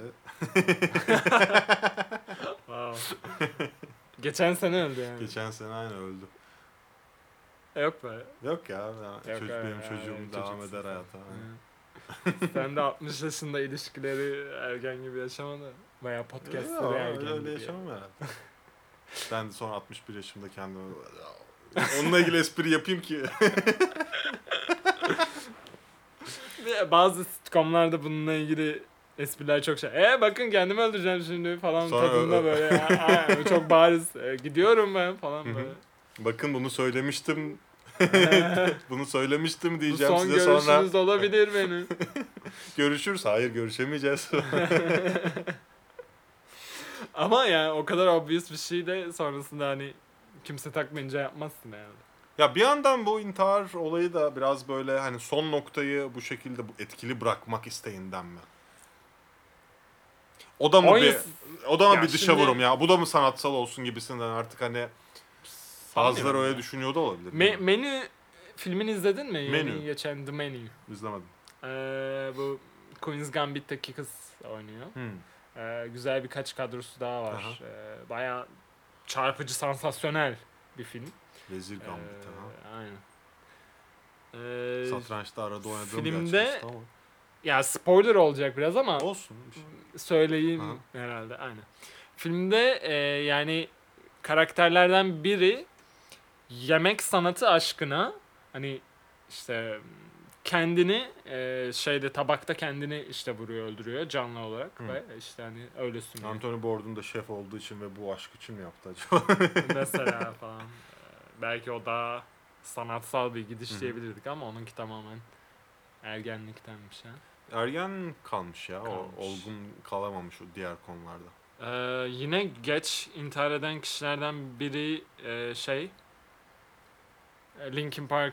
Wow. Geçen sene öldü yani. Geçen sene aynı öldü. Yok be. Yok ya, Yok, çocuk benim yani çocuğum devam çocuksun eder sen. hayata. Sen de 60 yaşında ilişkileri ergen gibi yaşama da bayağı podcastları Yok, ergen öyle gibi. yaşamam herhalde. Ben de sonra 61 yaşımda kendime onunla ilgili espri yapayım ki. Bazı sitcomlarda bununla ilgili espriler çok şey. Bakın kendimi öldüreceğim şimdi falan Sonra tadında böyle. Çok bariz. Gidiyorum ben falan böyle. Bakın bunu söylemiştim. Bunu söylemiştim Bu diyeceğim son size sonra. görüşünüz olabilir benim. Görüşürüz. Hayır, görüşemeyeceğiz. Ama yani o kadar obvious bir şey de sonrasında hani kimse takmayınca yapmazsın yani. Ya bir yandan bu intihar olayı da biraz böyle hani son noktayı bu şekilde bu etkili bırakmak isteğinden mi? O da mı o da mı Ya bir dışa şimdi- vurum ya? Bu da mı sanatsal olsun gibisinden artık hani bazıları Sanmıyorum öyle ya. düşünüyor da olabilir. Menü filmini izledin mi? Menü. Yeni geçen The Menu. İzlemedim. Bu Queen's Gambit'teki kız oynuyor. Güzel birkaç kadrosu daha var. Aha. Bayağı çarpıcı, sansasyonel bir film. Vezir Gambit. Aynen. Satrançta arada oynadığım filmde- bir açmıştı ama. Ya spoiler olacak biraz ama Olsun. Bir şey. söyleyeyim Aha. herhalde. Aynen. Filmde yani karakterlerden biri yemek sanatı aşkına hani işte kendini şeyde tabakta kendini işte vuruyor, öldürüyor canlı olarak ve işte hani öyle sunuyor. Anthony Bourdain da şef olduğu için ve bu aşk için mi yaptı acaba? Mesela falan. Belki o daha sanatsal bir gidiş diyebilirdik ama onunki tamamen ergenliktenmiş ha. Ergen kalmış ya. Kalmış. O olgun kalamamış o diğer konularda. Yine geç intihar eden kişilerden biri Linkin Park,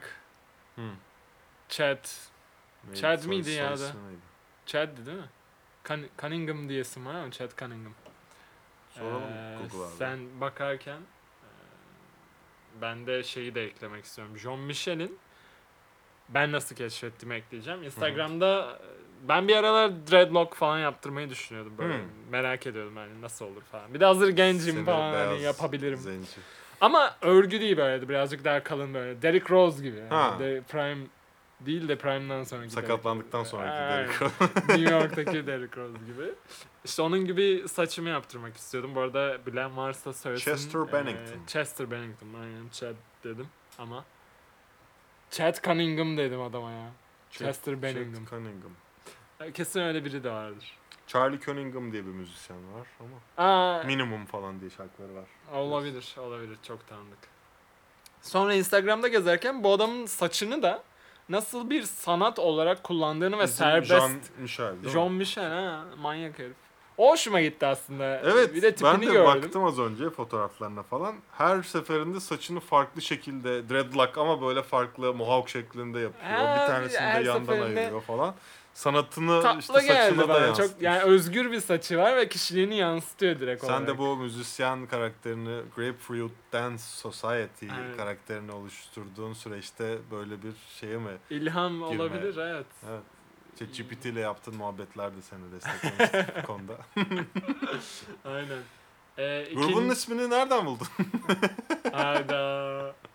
Chad Neydi? miydi ya da? Soy ismi neydi? Chad'di değil mi? Cunningham diye isim var ama Chad Cunningham. Soralım Google'a. Sen bakarken ben de şeyi de eklemek istiyorum. John Michel'in Ben Nasıl Keşfettim ekleyeceğim. Instagram'da ben bir aralar dreadlock falan yaptırmayı düşünüyordum böyle. Merak ediyordum yani nasıl olur falan. Bir de hazır gencim Seni falan beyaz hani yapabilirim. zenci. Ama örgü değil böyle birazcık daha kalın böyle. Derrick Rose gibi. Yani. Ha. The Prime Değil de Prime'dan sonraki Sakatlandıktan Derrick sonraki Rose. Derrick Rose. Aynen. New York'taki Derrick Rose gibi. İşte onun gibi saçımı yaptırmak istiyordum. Bu arada bilen varsa söylesin. Chester Bennington. Chester Bennington. Aynen Chad dedim ama. Chad Cunningham dedim adama ya. Chester Bennington. Chet Cunningham. Kesin öyle biri de vardır. Charlie Cunningham diye bir müzisyen var ama Aa, Minimum falan diye şarkıları var. olabilir. Çok tanıdık. Sonra Instagram'da gezerken bu adamın saçını da nasıl bir sanat olarak kullandığını ve Bizim serbest. Jean-Michel değil mi? Jean-Michel ha, manyak herif. O hoşuma gitti aslında. Evet, Bir de tipini ben de gördüm. baktım az önce fotoğraflarına falan. Her seferinde saçını farklı şekilde dreadlock ama böyle farklı mohawk şeklinde yapıyor. Ha, bir tanesini de her yandan seferinde ayırıyor falan. Sanatını Tatlı işte geldi saçına da bana. yansıtmış. Çok yani özgür bir saçı var ve kişiliğini yansıtıyor direkt olarak. Sen de bu müzisyen karakterini Grapefruit Dance Society Aynen. karakterini oluşturduğun süreçte böyle bir şeye mi? İlham olabilir, evet. Evet. ChatGPT ile yaptığın muhabbetler de seni desteklemiş bu konuda. Aynen. Grubun ismini nereden buldun? Hayda.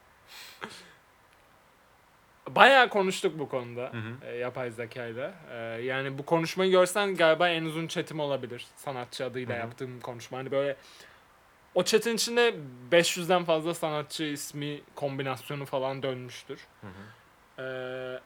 Bayağı konuştuk bu konuda Hı hı. yapay zekayla. Yani bu konuşmayı görsen galiba en uzun chatim olabilir. Sanatçı adıyla Hı hı. yaptığım konuşma. Hani böyle o chat'in içinde 500'den fazla sanatçı ismi kombinasyonu falan dönmüştür. Hı hı. Ee,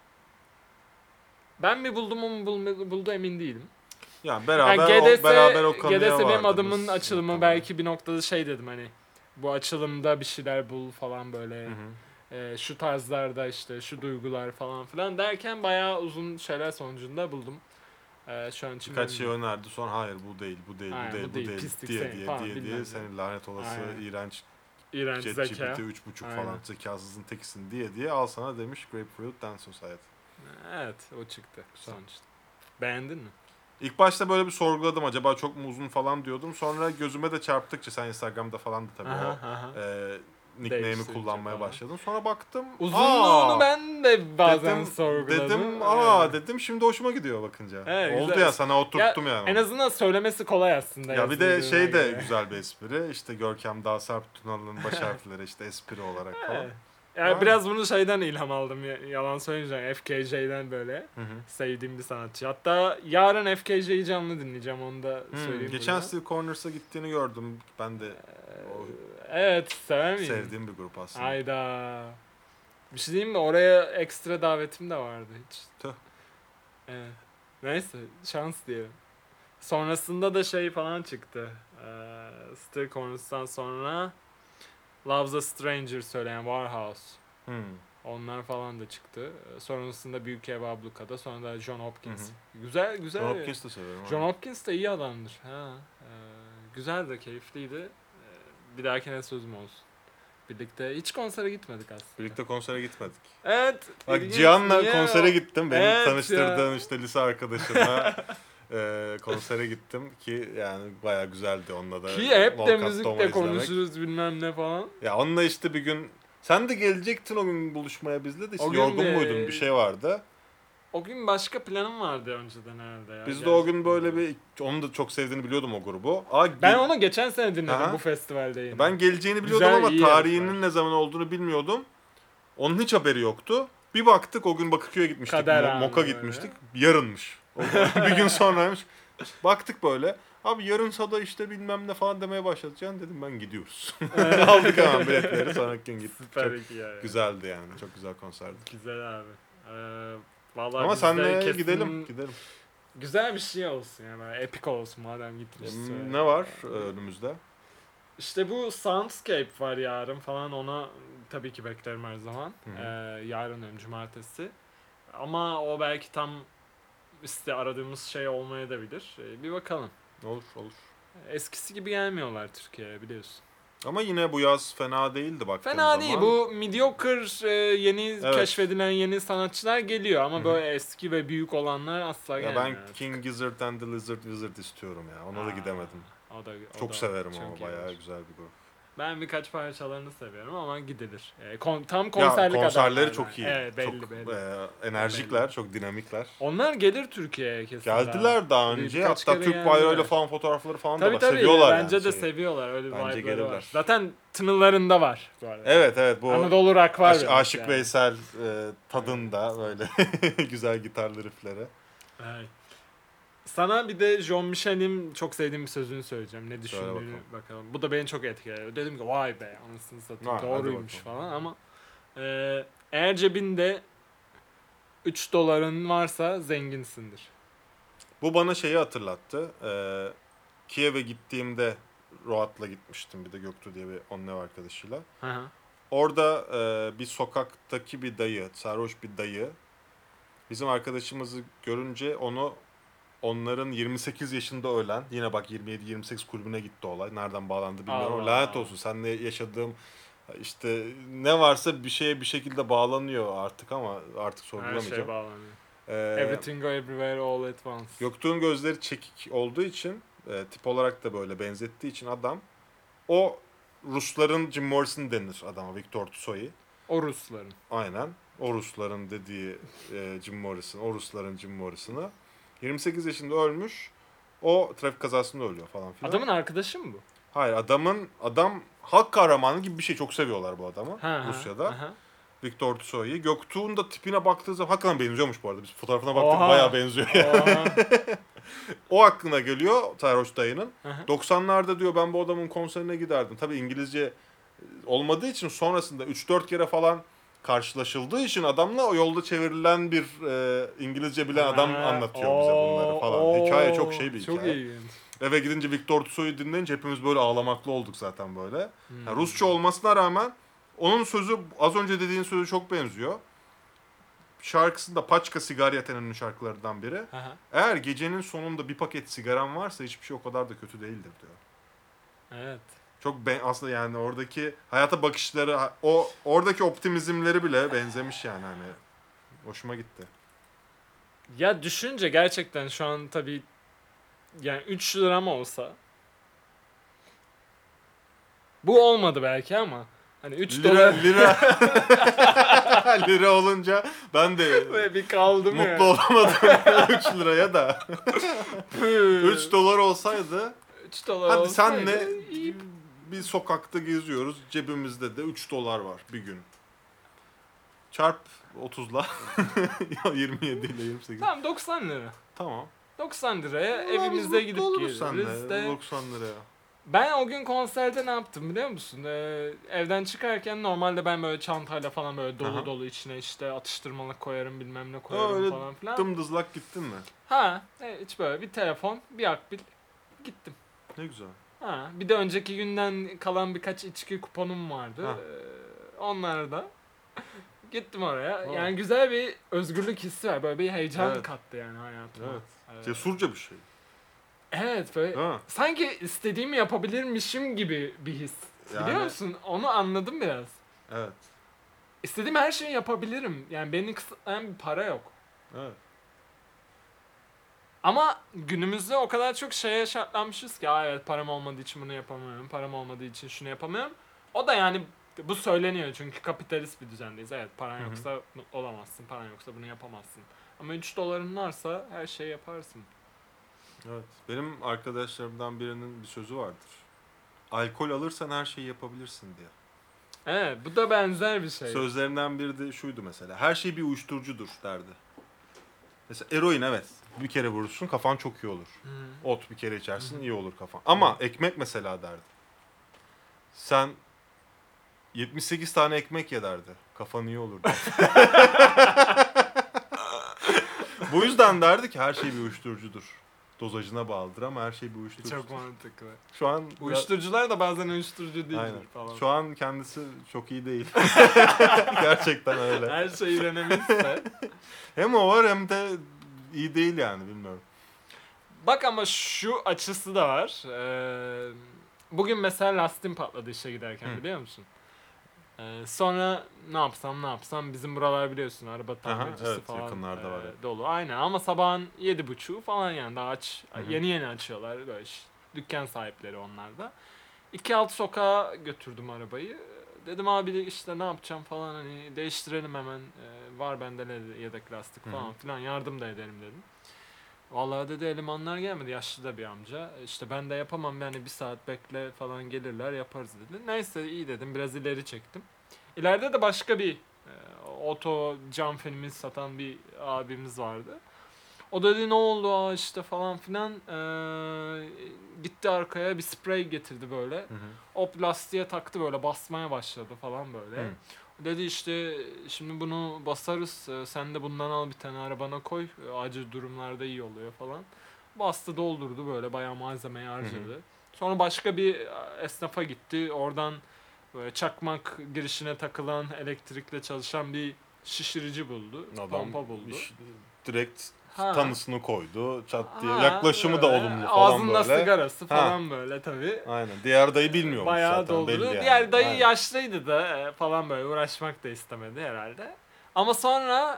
ben mi buldum o mu buldu emin değilim. Yani Yani beraber o konuya GDS benim vardınız adımın açılımı, muhtemelen. belki bir noktada şey dedim hani bu açılımda bir şeyler bul falan böyle. Hı hı. Şu tarzlarda işte şu duygular falan filan derken bayağı uzun şeyler sonucunda buldum. Şu an için Birkaç şey memnunum. önerdi sonra hayır bu değil Aynen, bu değil pislik diye senin falan, diye bilmem ne. seni lanet olası Aynen. iğrenç İğrenç zeka. ChatGPT 3.5 Aynen. falan zekasızın tekisin diye al sana demiş Grapefruit Dance Society. Evet, o çıktı Güzel. sonuçta. Beğendin mi? İlk başta böyle bir sorguladım acaba çok mu uzun falan diyordum. Sonra gözüme de çarptıkça sen Instagram'da falan da tabii Aha. nickname'i Değiştirince kullanmaya falan. başladım. Sonra baktım. Uzunluğunu ben de bazen dedim, sorguladım. dedim şimdi hoşuma gidiyor bakınca. Evet, Oldu güzel. ya sana oturttum yani. En azından söylemesi kolay aslında. Ya bir de yazıldığına şey de göre. güzel bir espri. İşte Görkem Dağ Sarp Tunalı'nın baş harfleri işte espri olarak falan. Evet. Yani biraz bunu şeyden ilham aldım, yalan söyleyeceğim. FKJ'den böyle. Hı hı. Sevdiğim bir sanatçı. Hatta yarın FKJ'yi canlı dinleyeceğim, onu da söyleyeyim. Geçen burada. Steel Corners'a gittiğini gördüm. Ben de o Evet, sever miyim? sevdiğim bir grup aslında. Hayda. Bir şey diyeyim mi? Oraya ekstra davetim de vardı hiç. Tüh. Evet. Neyse, şans diyelim. Sonrasında da şey falan çıktı. Steel Corners'tan sonra Love's a Stranger söyleyen Warhouse. Hmm. Onlar falan da çıktı. Sonrasında Büyük Ev Abluka'da, sonra da John Hopkins. Güzel. John Hopkins de severim. John Hopkins de iyi adamdır. Güzel de keyifliydi. Bir dahakine sözüm olsun. Birlikte hiç konsere gitmedik aslında. Birlikte konsere gitmedik. Evet. Bak ilginç. Cihan'la Niye konsere o- gittim. Beni Evet tanıştırdığın ya. işte lise arkadaşımla konsere gittim ki yani bayağı güzeldi onunla da. Ki hep de Volkan müzikle Tom'u izlemek. konuşuruz bilmem ne falan. Ya onunla işte bir gün sen de gelecektin o gün buluşmaya bizle de işte O gün yorgun de- muydun bir şey vardı. O gün başka planım vardı önceden herhalde ya. Biz de o gün böyle bir onu da çok sevdiğini biliyordum o grubu. Ben onu geçen sene dinledim Aha. bu festivalde yine. Ben geleceğini biliyordum Güzel, ama iyi tarihinin herifler. ne zaman olduğunu bilmiyordum. Onun hiç haberi yoktu. Bir baktık o gün Bakırköy'e gitmiştik. Kader anı Moka böyle. gitmiştik. Yarınmış. Bir gün sonraymış. Baktık böyle. Abi yarınsa da işte bilmem ne falan demeye başlatacaksın dedim ben gidiyoruz. Aldık hemen biletleri sonraki gün gittik. Süper Çok hikaye. güzeldi yani. Çok güzel konserdi. Güzel abi. Vallahi Ama biz de senle kesin gidelim. güzel bir şey olsun yani, böyle epik olsun madem gitmişiz. Ne var önümüzde? İşte bu Soundscape var yarın falan, ona tabii ki beklerim her zaman. Hı hı. Yarın diyorum, cumartesi. Ama o belki tam işte aradığımız şey olmayabilir. Bir bakalım. Olur. Eskisi gibi gelmiyorlar Türkiye'ye, biliyorsun. Ama yine bu yaz fena değildi baktığım Fena zaman. değil. Bu mediocre yeni Evet. keşfedilen yeni sanatçılar geliyor ama Hı hı. böyle eski ve büyük olanlar asla Ya gelmiyor. ben artık. King Gizzard and the Lizard Wizard istiyorum ya. Ona da gidemedim. O da Çok severim çok ama iyi bayağı olur. güzel bir grup. Ben birkaç parçalarını seviyorum ama gidilir. Tam konserlik konserleri adamlar çok iyi. Evet, belli çok belli. enerjikler, Belli. çok dinamikler. Onlar gelir Türkiye'ye kesin Geldiler daha önce. Birkaç Hatta kere Türk bayrağıyla geldiler. falan fotoğrafları falan da Tabii var. tabii Seviyorlar bence yani de şeyi. seviyorlar. Öyle bir Bence vibe'ları var. gelirler. Zaten tınılarında var bu arada. Evet bu Anadolu rock var biraz Aşık yani. Veysel tadında böyle güzel gitar riffleri. Evet. Sana bir de Jean Michel'in çok sevdiğim bir sözünü söyleyeceğim. Ne Söyle düşündüğünü bakalım. Bu da beni çok etkiledi. Dedim ki vay be anasını satayım Ha, doğruymuş hadi bakalım. falan ama eğer cebinde 3 doların varsa zenginsindir. Bu bana şeyi hatırlattı. Kiev'e gittiğimde Roat'la gitmiştim bir de Göktuğ diye bir onun ev arkadaşıyla. Hı hı. Orada bir sokaktaki bir dayı, sarhoş bir dayı bizim arkadaşımızı görünce onların 28 yaşında ölen, yine bak 27-28 kulübüne gitti olay. Nereden bağlandı bilmiyorum ama Allah lanet Allah. olsun seninle yaşadığım işte ne varsa bir şeye bir şekilde bağlanıyor artık ama artık Her sorgulamayacağım. şey bağlanıyor. Ee, Everything Everywhere All at Once. Göktuğ'un gözleri çekik olduğu için tip olarak da böyle benzettiği için adam o Rusların Jim Morrison denir adama Viktor Tsoi. O Rusların. Aynen. O Rusların dediği Jim Morrison. O Rusların Jim Morrison'ı. 28 yaşında ölmüş. O trafik kazasında ölüyor falan filan. Adamın arkadaşı mı bu? Hayır adam halk kahramanı gibi bir şey. Çok seviyorlar bu adamı Rusya'da. Hı. Viktor Tsoi. Göktuğ'un da tipine baktığı zaman hakikaten benziyormuş bu arada. Biz fotoğrafına baktık Oha. bayağı benziyor. Oha. O aklına geliyor Sarhoş dayının. Hı hı. 90'larda diyor ben bu adamın konserine giderdim. Tabii İngilizce olmadığı için sonrasında 3-4 kere falan karşılaşıldığı için adamla o yolda çevrilen bir İngilizce bilen adam anlatıyor bize bunları falan. Hikaye çok şey bir hikaye. Çok ilginç. Eve gidince Viktor Tsoi dinleyince hepimiz böyle ağlamaklı olduk zaten böyle. Yani Hmm. Rusça olmasına rağmen onun sözü az önce dediğin sözü çok benziyor. Şarkısında Paçka Sigaret en ünlü şarkılarından biri. Hı hı. Eğer gecenin sonunda bir paket sigaran varsa hiçbir şey o kadar da kötü değildir diyor. Evet. Çok aslında yani oradaki hayata bakışları, oradaki optimizmleri bile benzemiş yani hani. Hoşuma gitti. Ya düşünce gerçekten şu an tabii yani 3 lira mı olsa bu olmadı belki ama hani 3 dolar Lira lira olunca ben de ve bir kaldım ya. mutlu olamadım 3 liraya da. 3 dolar olsaydı 3 dolar hadi olsaydı senle iyi. bir sokakta geziyoruz. Cebimizde de 3 dolar var bir gün. Çarp 30'la 27 ile 28. Tamam 90 lira. Tamam. 90 liraya Vallahi evimize biz gidip mutlu oluruz geliriz seninle, de. 90 liraya. Ben o gün konserde ne yaptım biliyor musun? Evden çıkarken normalde ben böyle çantayla falan böyle dolu Aha. dolu içine işte atıştırmalık koyarım bilmem ne koyarım Öyle falan filan. dımdızlak gittin mi? Hiç böyle bir telefon, bir akbil gittim. Ne güzel. Bir de önceki günden kalan birkaç içki kuponum vardı. Ha. Onları da gittim oraya. Ha. Yani güzel bir özgürlük hissi var. Böyle bir heyecan Evet. kattı yani hayatıma. Evet. Cesurca bir şey. Evet böyle Ha. sanki istediğimi yapabilirmişim gibi bir his. Biliyor Yani- musun? Onu anladım biraz. Evet. İstediğim her şeyi yapabilirim. Yani beni kısıtlayan bir para yok. Evet. Ama günümüzde o kadar çok şeye şartlanmışız ki evet param olmadığı için bunu yapamıyorum. Param olmadığı için şunu yapamıyorum. O da yani bu söyleniyor çünkü kapitalist bir düzendeyiz. Evet paran Hı hı. yoksa mutlu olamazsın. Paran yoksa bunu yapamazsın. Ama 3 doların varsa her şeyi yaparsın. Evet. Benim arkadaşlarımdan birinin bir sözü vardır. Alkol alırsan her şeyi yapabilirsin diye. Evet bu da benzer bir şey. Sözlerinden biri de şuydu mesela. Her şey bir uyuşturucudur derdi. Mesela eroin evet. Bir kere vurursun kafan çok iyi olur. Ot bir kere içersin iyi olur kafan. Ama ekmek mesela derdi. Sen 78 tane ekmek ye derdi. Kafan iyi olur derdi. Bu yüzden derdi ki her şey bir uyuşturucudur. Dozajına bağlıdır ama her şey bir uyuşturucudur. Çok mantıklı. Şu an Uyuşturucular da bazen uyuşturucu değildir aynen. falan. Şu an kendisi çok iyi değil. Gerçekten öyle. Her şeyi denemişse. Hem o var hem de iyi değil yani bilmiyorum. Bak ama şu açısı da var. Bugün mesela lastiğim patladı işe giderken Hı. biliyor musun? Sonra ne yapsam bizim buralar biliyorsun araba tamircisi evet, falan yakınlarda var hep. dolu. Aynen ama sabahın 7.30'u falan yani daha Hı hı. yeni açıyorlar böyle dükkan sahipleri onlar da. 2 alt sokağa götürdüm arabayı. Dedim abi de işte ne yapacağım falan, hani değiştirelim hemen. Var bende yedek lastik falan filan, yardım da ederim dedim. Vallahi dedi elemanlar gelmedi, yaşlı da bir amca. İşte ben de yapamam yani, bir saat bekle falan, gelirler yaparız dedi. Neyse iyi dedim, biraz ileri çektim. İleride de başka bir oto cam filmi satan bir abimiz vardı. O dedi ne oldu işte falan filan. Gitti arkaya bir sprey getirdi böyle. Hı hı. O plastiğe taktı, böyle basmaya başladı falan böyle. Hı. Dedi işte şimdi bunu basarız, sen de bundan al bir tane arabana koy. Acil durumlarda iyi oluyor falan. Bastı doldurdu, böyle bayağı malzemeyi harcadı. Sonra başka bir esnafa gitti. Oradan böyle çakmak girişine takılan, elektrikle çalışan bir şişirici buldu. Adam Pompa buldu. direkt Ha. tanısını koydu. Çat diye. Ha, Yaklaşımı da böyle olumlu falan ağzında böyle. sigarası Ha. falan böyle tabii. Aynen. Diğer dayı bilmiyormuş Bayağı zaten dolduruyor. belli yani. Diğer dayı Aynen. yaşlıydı da falan, böyle uğraşmak da istemedi herhalde. Ama sonra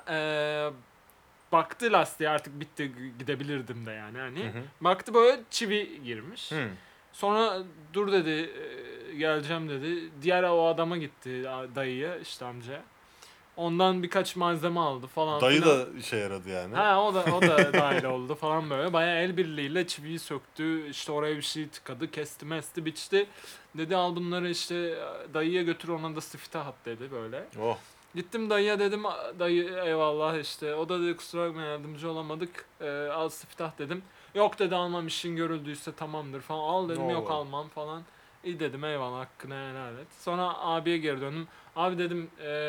baktı lastiğe, artık bitti, gidebilirdim de yani hani. Hı hı. Baktı böyle çivi girmiş. Hı. Sonra dur dedi, geleceğim dedi. Diğer o adama gitti, dayıya işte amcaya. Ondan birkaç malzeme aldı falan Dayı filan. da işe yaradı yani. Ha, o da dahil oldu falan böyle. Bayağı el birliğiyle çiviyi söktü. İşte oraya bir şey tıkadı, kesti, mesti, biçti. Dedi al bunları işte dayıya götür, ona da siftah at dedi böyle. Oh. Gittim dayıya dedim, dayı eyvallah işte. O da dedi kusura bakma yardımcı olamadık. Al siftah dedim. Yok dedi, almam, işin görüldüyse tamamdır falan. Al dedim, yok Oo. almam falan. İyi dedim, eyvallah, hakkını helal et. Sonra abiye geri döndüm. Abi dedim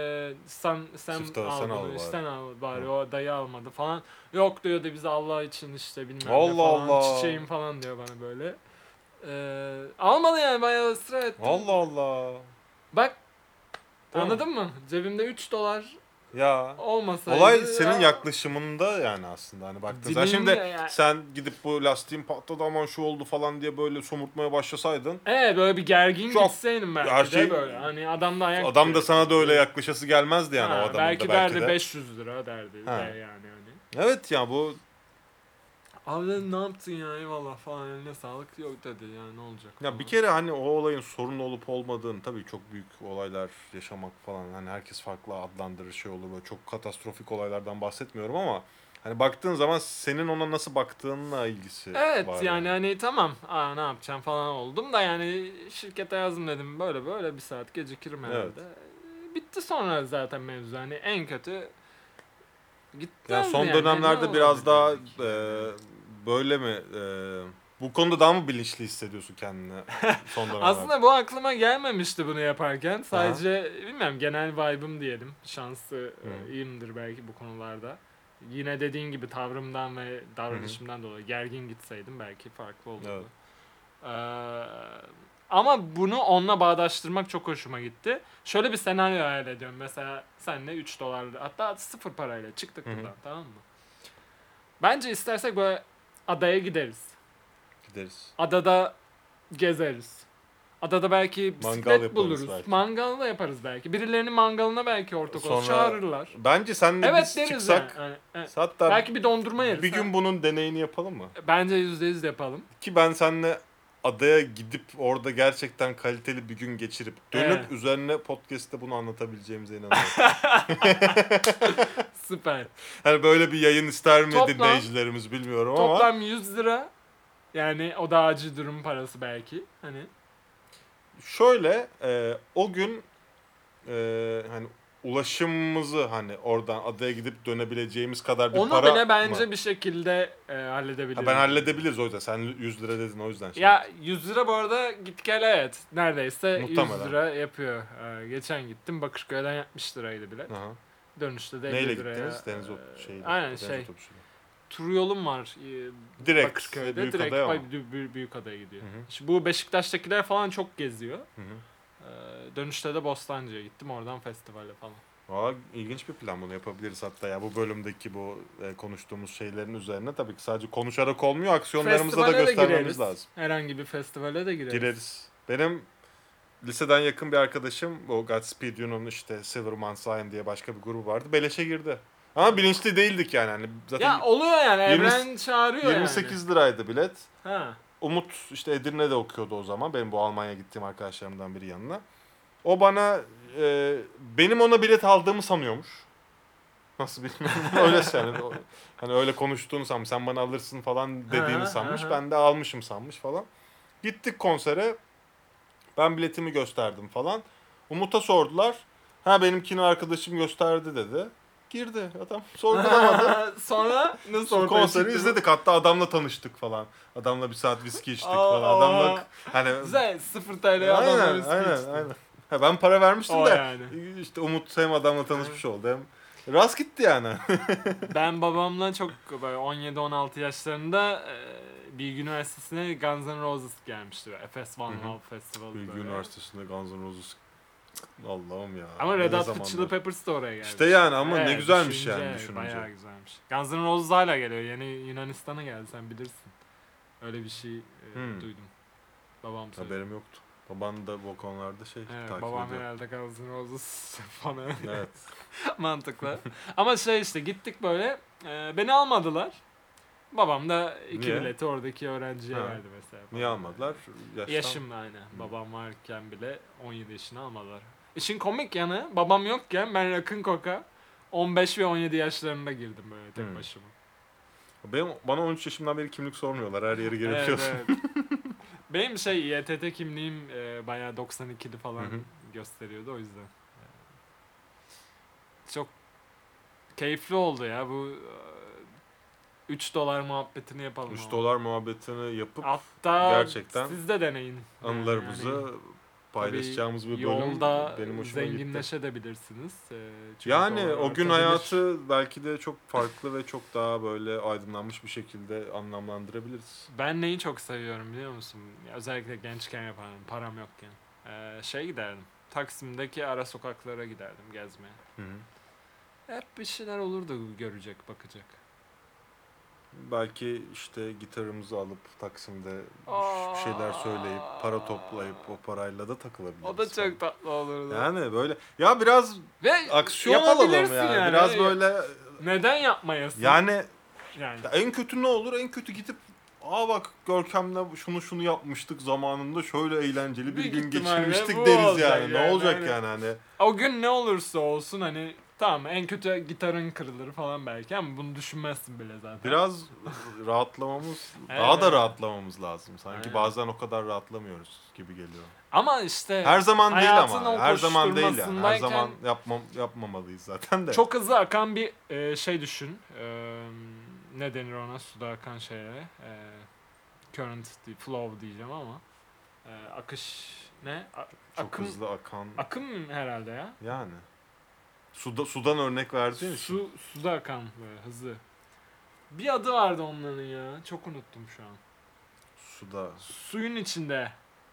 sen Siftahı al sen al bunu, bari. sen al bari, Hı. o dayı almadı falan. Yok diyordu, bize Allah için işte bilmem ne Allah falan, Allah. çiçeğim falan diyor bana böyle. Almadı yani, bayağı ısrar ettim. Allah Allah. Bak, Değil mi? anladın mı? Cebimde 3 dolar Ya. olmasaydı. Olay senin ya, yaklaşımında yani aslında hani baktığın zaman. dibin Şimdi ya. sen gidip bu lastiğin patladı aman şu oldu falan diye böyle somurtmaya başlasaydın Böyle bir gergin çok gitseydim belki her de şey, böyle. Hani adam da ayak adam da sana da öyle diretti. yaklaşası gelmezdi yani o Ha, adamın da belki belki derdi de. 500 lira derdi de Ha. yani hani. Evet ya bu Abi dedim ne yaptın ya, eyvallah falan, eline sağlık, yok dedi yani, ne olacak ya falan. bir kere hani o olayın sorun olup olmadığını tabii çok büyük olaylar yaşamak falan hani herkes farklı adlandırır şey olur böyle çok katastrofik olaylardan bahsetmiyorum ama hani baktığın zaman senin ona nasıl baktığınla ilgisi Evet var yani hani tamam, ne yapacağım falan oldum da yani, şirkete yazdım dedim, böyle böyle bir saat gecikirim Evet. herhalde. Bitti sonra zaten mevzu, hani en kötü Yani gitmezdi son yani, ne dönemlerde biraz daha olabilirdi ki yani. böyle mi bu konuda daha mı bilinçli hissediyorsun kendini son dönemlerde? Aslında bu aklıma gelmemişti bunu yaparken. Aha. Sadece bilmem, genel vibe'ım diyelim. Şanslı Hı hı. iyiyimdir belki bu konularda. Yine dediğin gibi tavrımdan ve Hı hı. davranışımdan dolayı gergin gitseydim belki farklı olurdu. Evet. Ee, ama bunu onunla bağdaştırmak çok hoşuma gitti. Şöyle bir senaryo hayal ediyorum. Mesela senle 3 dolarlı, hatta 0 parayla çıktık Hı hı. buradan, tamam mı? Bence istersek böyle adaya gideriz. Gideriz. Adada gezeriz. Adada belki Mangal bisiklet yaparız buluruz. belki. Mangal da yaparız belki. Birilerinin mangalına belki ortak oluruz. Sonra Çağırırlar. bence senle Evet biz deriz yani. çıksak Evet. hatta Belki bir dondurma yeriz. bir gün bunun deneyini yapalım mı? Bence %100 yapalım. Ki ben seninle adaya gidip orada gerçekten kaliteli bir gün geçirip dönüp Evet. üzerine podcast'te bunu anlatabileceğimize inanıyorum. Süper. Hani böyle bir yayın ister mi Toplam dinleyicilerimiz bilmiyorum ama toplam 100 lira. Yani o da acil durum parası belki. Hani şöyle o gün hani ulaşımımızı hani oradan adaya gidip dönebileceğimiz kadar bir onu para bile mı? bence bir şekilde Ha, halledebiliriz. ben Yani. halledebiliriz o yüzden. Sen 100 lira dedin o yüzden şey Ya yaptım. 100 lira bu arada git gel, evet. Neredeyse 100 Muhtemelen. lira yapıyor. Geçen gittim, Bakırköy'den 70 liraydı bilet. Aha. Dönüşte de Neyle 50 liraya. gittiniz? Şeyle. Aynen Deniz şey. otobüsüyle. Tur yolum var Direkt Bakırköy'de. Direkt Büyükada'ya mı? Büyükada'ya gidiyor. Hı hı. İşte bu Beşiktaş'takiler falan çok geziyor. Hı hı. Dönüşte de Bostancı'ya gittim, oradan festivale falan. Valla ilginç bir plan, bunu yapabiliriz hatta ya bu bölümdeki bu konuştuğumuz şeylerin üzerine tabii ki sadece konuşarak olmuyor, aksiyonlarımızla da Festivale de göstermemiz gireriz. lazım. Herhangi bir festivale de gireriz. Gireriz. Benim liseden yakın bir arkadaşım o Godspeed You'nun işte Silverman Sign diye başka bir grubu vardı. Beleşe girdi. Ama bilinçli değildik yani. Hani zaten Ya oluyor yani, 20 evren çağırıyor yani. 28 liraydı bilet. Ha. Umut işte Edirne'de okuyordu o zaman. Benim bu Almanya gittiğim arkadaşlarımdan biri yanına. O bana benim ona bilet aldığımı sanıyormuş. Nasıl bilmiyorum. Öyle yani. Hani öyle konuştuğunu sanmış. Sen bana alırsın falan dediğini sanmış. Ben de almışım sanmış falan. Gittik konsere. Ben biletimi gösterdim falan. Umut'a sordular. Ha benimkini arkadaşım gösterdi dedi. Girdi adam. Sorgulamadı. Sonra nasıl ortaya Konseri çıktı bu? izledik. Hatta adamla tanıştık falan. Adamla bir saat viski içtik Aa, falan. Adamla hani Güzel 0 TL'ye adamları aynen. Ha, ben para vermiştim O de yani. işte Umut hem adamla tanışmış oldu hem rast gitti yani. Ben babamla çok böyle 17-16 yaşlarında Bilgi Üniversitesi'ne Guns N' Roses gelmişti. Efes One Love Festival Bilgi böyle. Üniversitesi'nde Guns N' Roses. Allah'ım ya. Ama Red Ne Hot zamanlar. Chili Peppers da oraya gelmiş. İşte yani ama ne güzelmiş yani Bayağı düşününce. güzelmiş. Guns N' Roses hala geliyor. Yeni Yunanistan'a geldi sen bilirsin. Öyle bir şey duydum. Babam söyledi. Haberim yoktu. Baban da bu konularda Evet, takip babam ediyor. herhalde Guns N' Roses fanı. Evet. Mantıklı. Ama işte gittik böyle. Beni almadılar. Babam da iki Niye? bileti oradaki öğrenciye Ha. verdi mesela. Niye almadılar? Yaşım aynı. Babam varken bile 17 yaşını almadılar. İşin komik yanı babam yokken ben Rakın Koka 15 ve 17 yaşlarında girdim böyle tek başıma. Bana 13 yaşımdan beri kimlik sormuyorlar. Her yere girebiliyorsun. Evet. Benim İETT kimliğim bayağı 92'li falan gösteriyordu o yüzden. Çok keyifli oldu ya bu 3 dolar muhabbetini yapalım. 3 dolar muhabbetini yapıp hatta gerçekten siz de deneyin. anılarımızı Yani paylaşacağımız bir bölüm yolda benim hoşuma gitti. zenginleşebilirsiniz. Çünkü Yani o gün artabilir. hayatı belki de çok farklı ve çok daha böyle aydınlanmış bir şekilde anlamlandırabiliriz. Ben neyi çok seviyorum biliyor musun? Özellikle gençken yapardım, param yokken. Giderdim. Taksim'deki ara sokaklara giderdim gezmeye. Hep bir şeyler olurdu görecek, bakacak. Belki işte gitarımızı alıp Taksim'de bir şeyler söyleyip para toplayıp o parayla da takılabiliriz. O da çok tatlı olurdu. Yani böyle ya biraz Ve aksiyon alalım yapabilirsin yani. Biraz böyle neden yapmayasın? yani Yani. ya en kötü ne olur? En kötü gidip bak Görkem'le şunu yapmıştık zamanında şöyle eğlenceli bir Büyük gün ihtimalle geçirmiştik bu deriz olacak yani. Ne yani, olacak hani. yani hani. O gün ne olursa olsun hani tamam en kötü gitarın kırılır falan belki ama bunu düşünmezsin bile zaten. Biraz rahatlamamız, Evet. daha da rahatlamamız lazım. Sanki Aynen. bazen o kadar rahatlamıyoruz gibi geliyor. Ama işte Her zaman değil hayatın ama. o Her zaman değil yani. Her koşturmasındayken zaman yapmamalıyız zaten de. çok hızlı akan bir şey düşün. Ne denir ona suda akan şeye? Current değil, flow diyeceğim ama. Akış ne? Çok akım, hızlı akan. Akım herhalde ya. Yani. Sudan örnek verdiğin için. Suda akan böyle hızlı. Bir adı vardı onların ya. Çok unuttum şu an. Suda. Suyun içinde.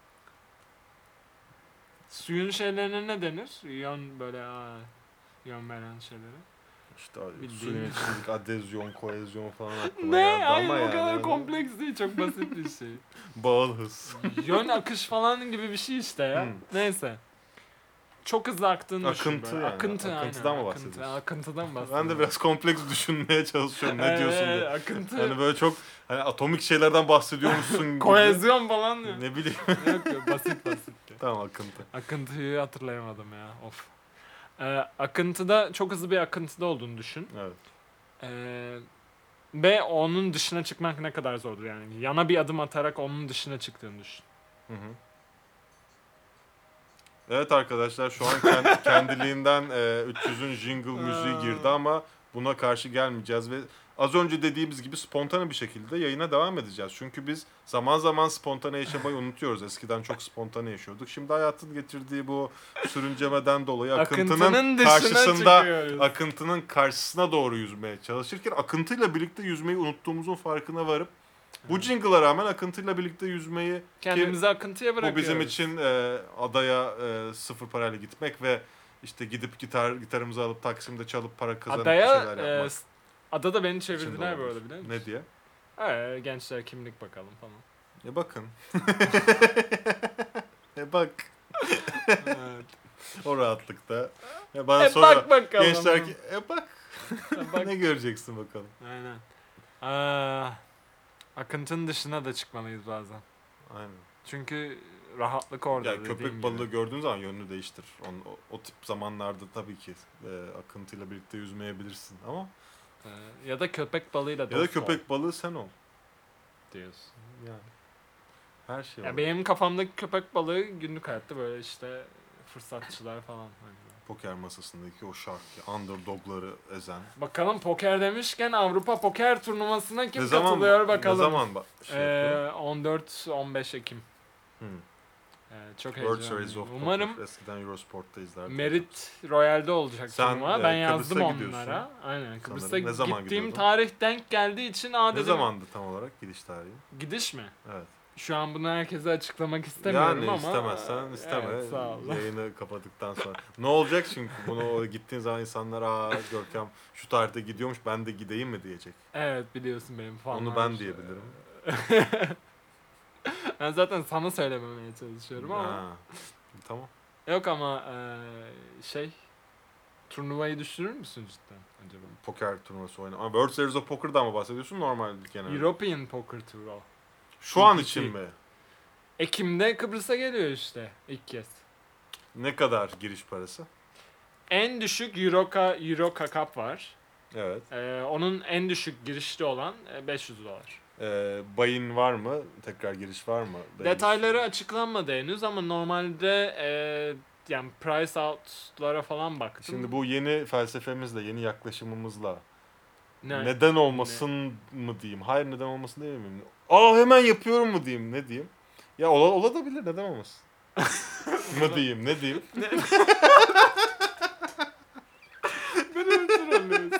Suyun şeylerine ne denir? Yön böyle yön veren şeylere. İşte Bildiğin. suyun içindeki adezyon, koezyon falan aklıma Ne? geldi Hayır ama o yani. kadar kompleks değil. Çok basit bir şey. Bağıl hız. Yön akış falan gibi bir şey işte ya. Neyse. Çok hızlı aktığını düşün Akıntı böyle. yani. Akıntı Akıntıdan aynen. mı Akıntı. bahsediyorsun? Akıntıdan bahsediyorum. Ben de biraz kompleks düşünmeye çalışıyorum. Ne diyorsun diye. Akıntı. Hani böyle çok hani atomik şeylerden bahsediyormuşsun gibi. Kohezyon falan ya. Ne bileyim. Yok basit. Tamam akıntı. Akıntıyı hatırlayamadım ya. Of. Akıntıda çok hızlı bir akıntıda olduğunu düşün. Evet. Ve onun dışına çıkmak ne kadar zordur yani. Yana bir adım atarak onun dışına çıktığını düşün. Hı. Evet arkadaşlar şu an kendiliğinden 300'ün jingle müziği girdi ama buna karşı gelmeyeceğiz ve az önce dediğimiz gibi spontane bir şekilde yayına devam edeceğiz. Çünkü biz zaman zaman spontane yaşamayı unutuyoruz. Eskiden çok spontane yaşıyorduk. Şimdi hayatın getirdiği bu sürüncemeden dolayı akıntının karşısına doğru yüzmeye çalışırken akıntıyla birlikte yüzmeyi unuttuğumuzun farkına varıp bu jingle'a rağmen akıntıyla birlikte yüzmeyi kendimizi akıntıya bırakıyoruz. bu bizim için adaya 0 parayla gitmek ve işte gidip gitarımızı alıp Taksim'de çalıp para kazanıp bir şeyler yapmak. Adada beni çevirdiler bu arada biliyor musun? Ne diye? Gençler kimlik bakalım falan. Bakın. Bak. Evet. O rahatlıkta. Bana sonra bak bakalım. gençler ki bak. Bak. Ne göreceksin bakalım. Aynen. Akıntının dışına da çıkmalıyız bazen. Aynen. Çünkü rahatlık orada. Ya köpek dediğin balığı gibi. gördüğün zaman yönünü değiştir. O tip zamanlarda tabii ki akıntıyla birlikte yüzmeyebilirsin ama Ya da köpek balığıyla ya da dost köpek balığı sen ol ol diyorsun. yani. Her şey Ya var. benim kafamdaki köpek balığı günlük hayatta böyle işte fırsatçılar falan. Hani. Poker masasındaki o şarkı, underdogları ezen. Bakalım poker demişken Avrupa Poker Turnuvası'na kim Ne zaman katılıyor bakalım. Ne zaman yapıyor? 14-15 Ekim. Çok World Series heyecanlıyım. of Umarım Poker. Eskiden Eurosport'ta izlerdik. Merit Royal'de olacak Sen, turnuva. Ben yazdım Kıbrıs'a gidiyorsun onlara. Aynen. Kıbrıs'a sanırım. Ne zaman gittiğim gidiyordun? tarih denk geldiği için Ne dedim. zamandı tam olarak gidiş tarihi? Gidiş mi? Evet. Şu an bunu herkese açıklamak istemiyorum Yani ama. istemezsen isteme. Evet, sağ ol. Yayını kapattıktan sonra. Ne olacak çünkü bunu gittiğin zaman insanlar Görkem şu tarihte gidiyormuş ben de gideyim mi diyecek. Evet biliyorsun benim fanlar. Onu ben diyebilirim. Ben zaten sana söylememeye çalışıyorum ama. Ha, tamam. Yok ama turnuvayı düşünür müsün cidden acaba? Poker turnuvası oyna. Ama World Series of Poker'dan mı bahsediyorsun normal genel? European Poker Tour o. Şu an EPT. için mi? Ekim'de Kıbrıs'a geliyor işte ilk kez. Ne kadar giriş parası? En düşük Euro Cup var. Evet. Onun en düşük girişli olan $500. Buy-in var mı? Tekrar giriş var mı? Detayları açıklanmadı henüz ama normalde yani price out'lara falan baktım. Şimdi bu yeni felsefemizle, yeni yaklaşımımızla Ne? neden olmasın mı diyeyim? Hayır neden olmasın değil miyim? Hemen yapıyorum mu diyeyim? Ne diyeyim? Ya olabilir neden olmasın? mı diyeyim? Ne diyeyim? Beni öldürüyorsunuz.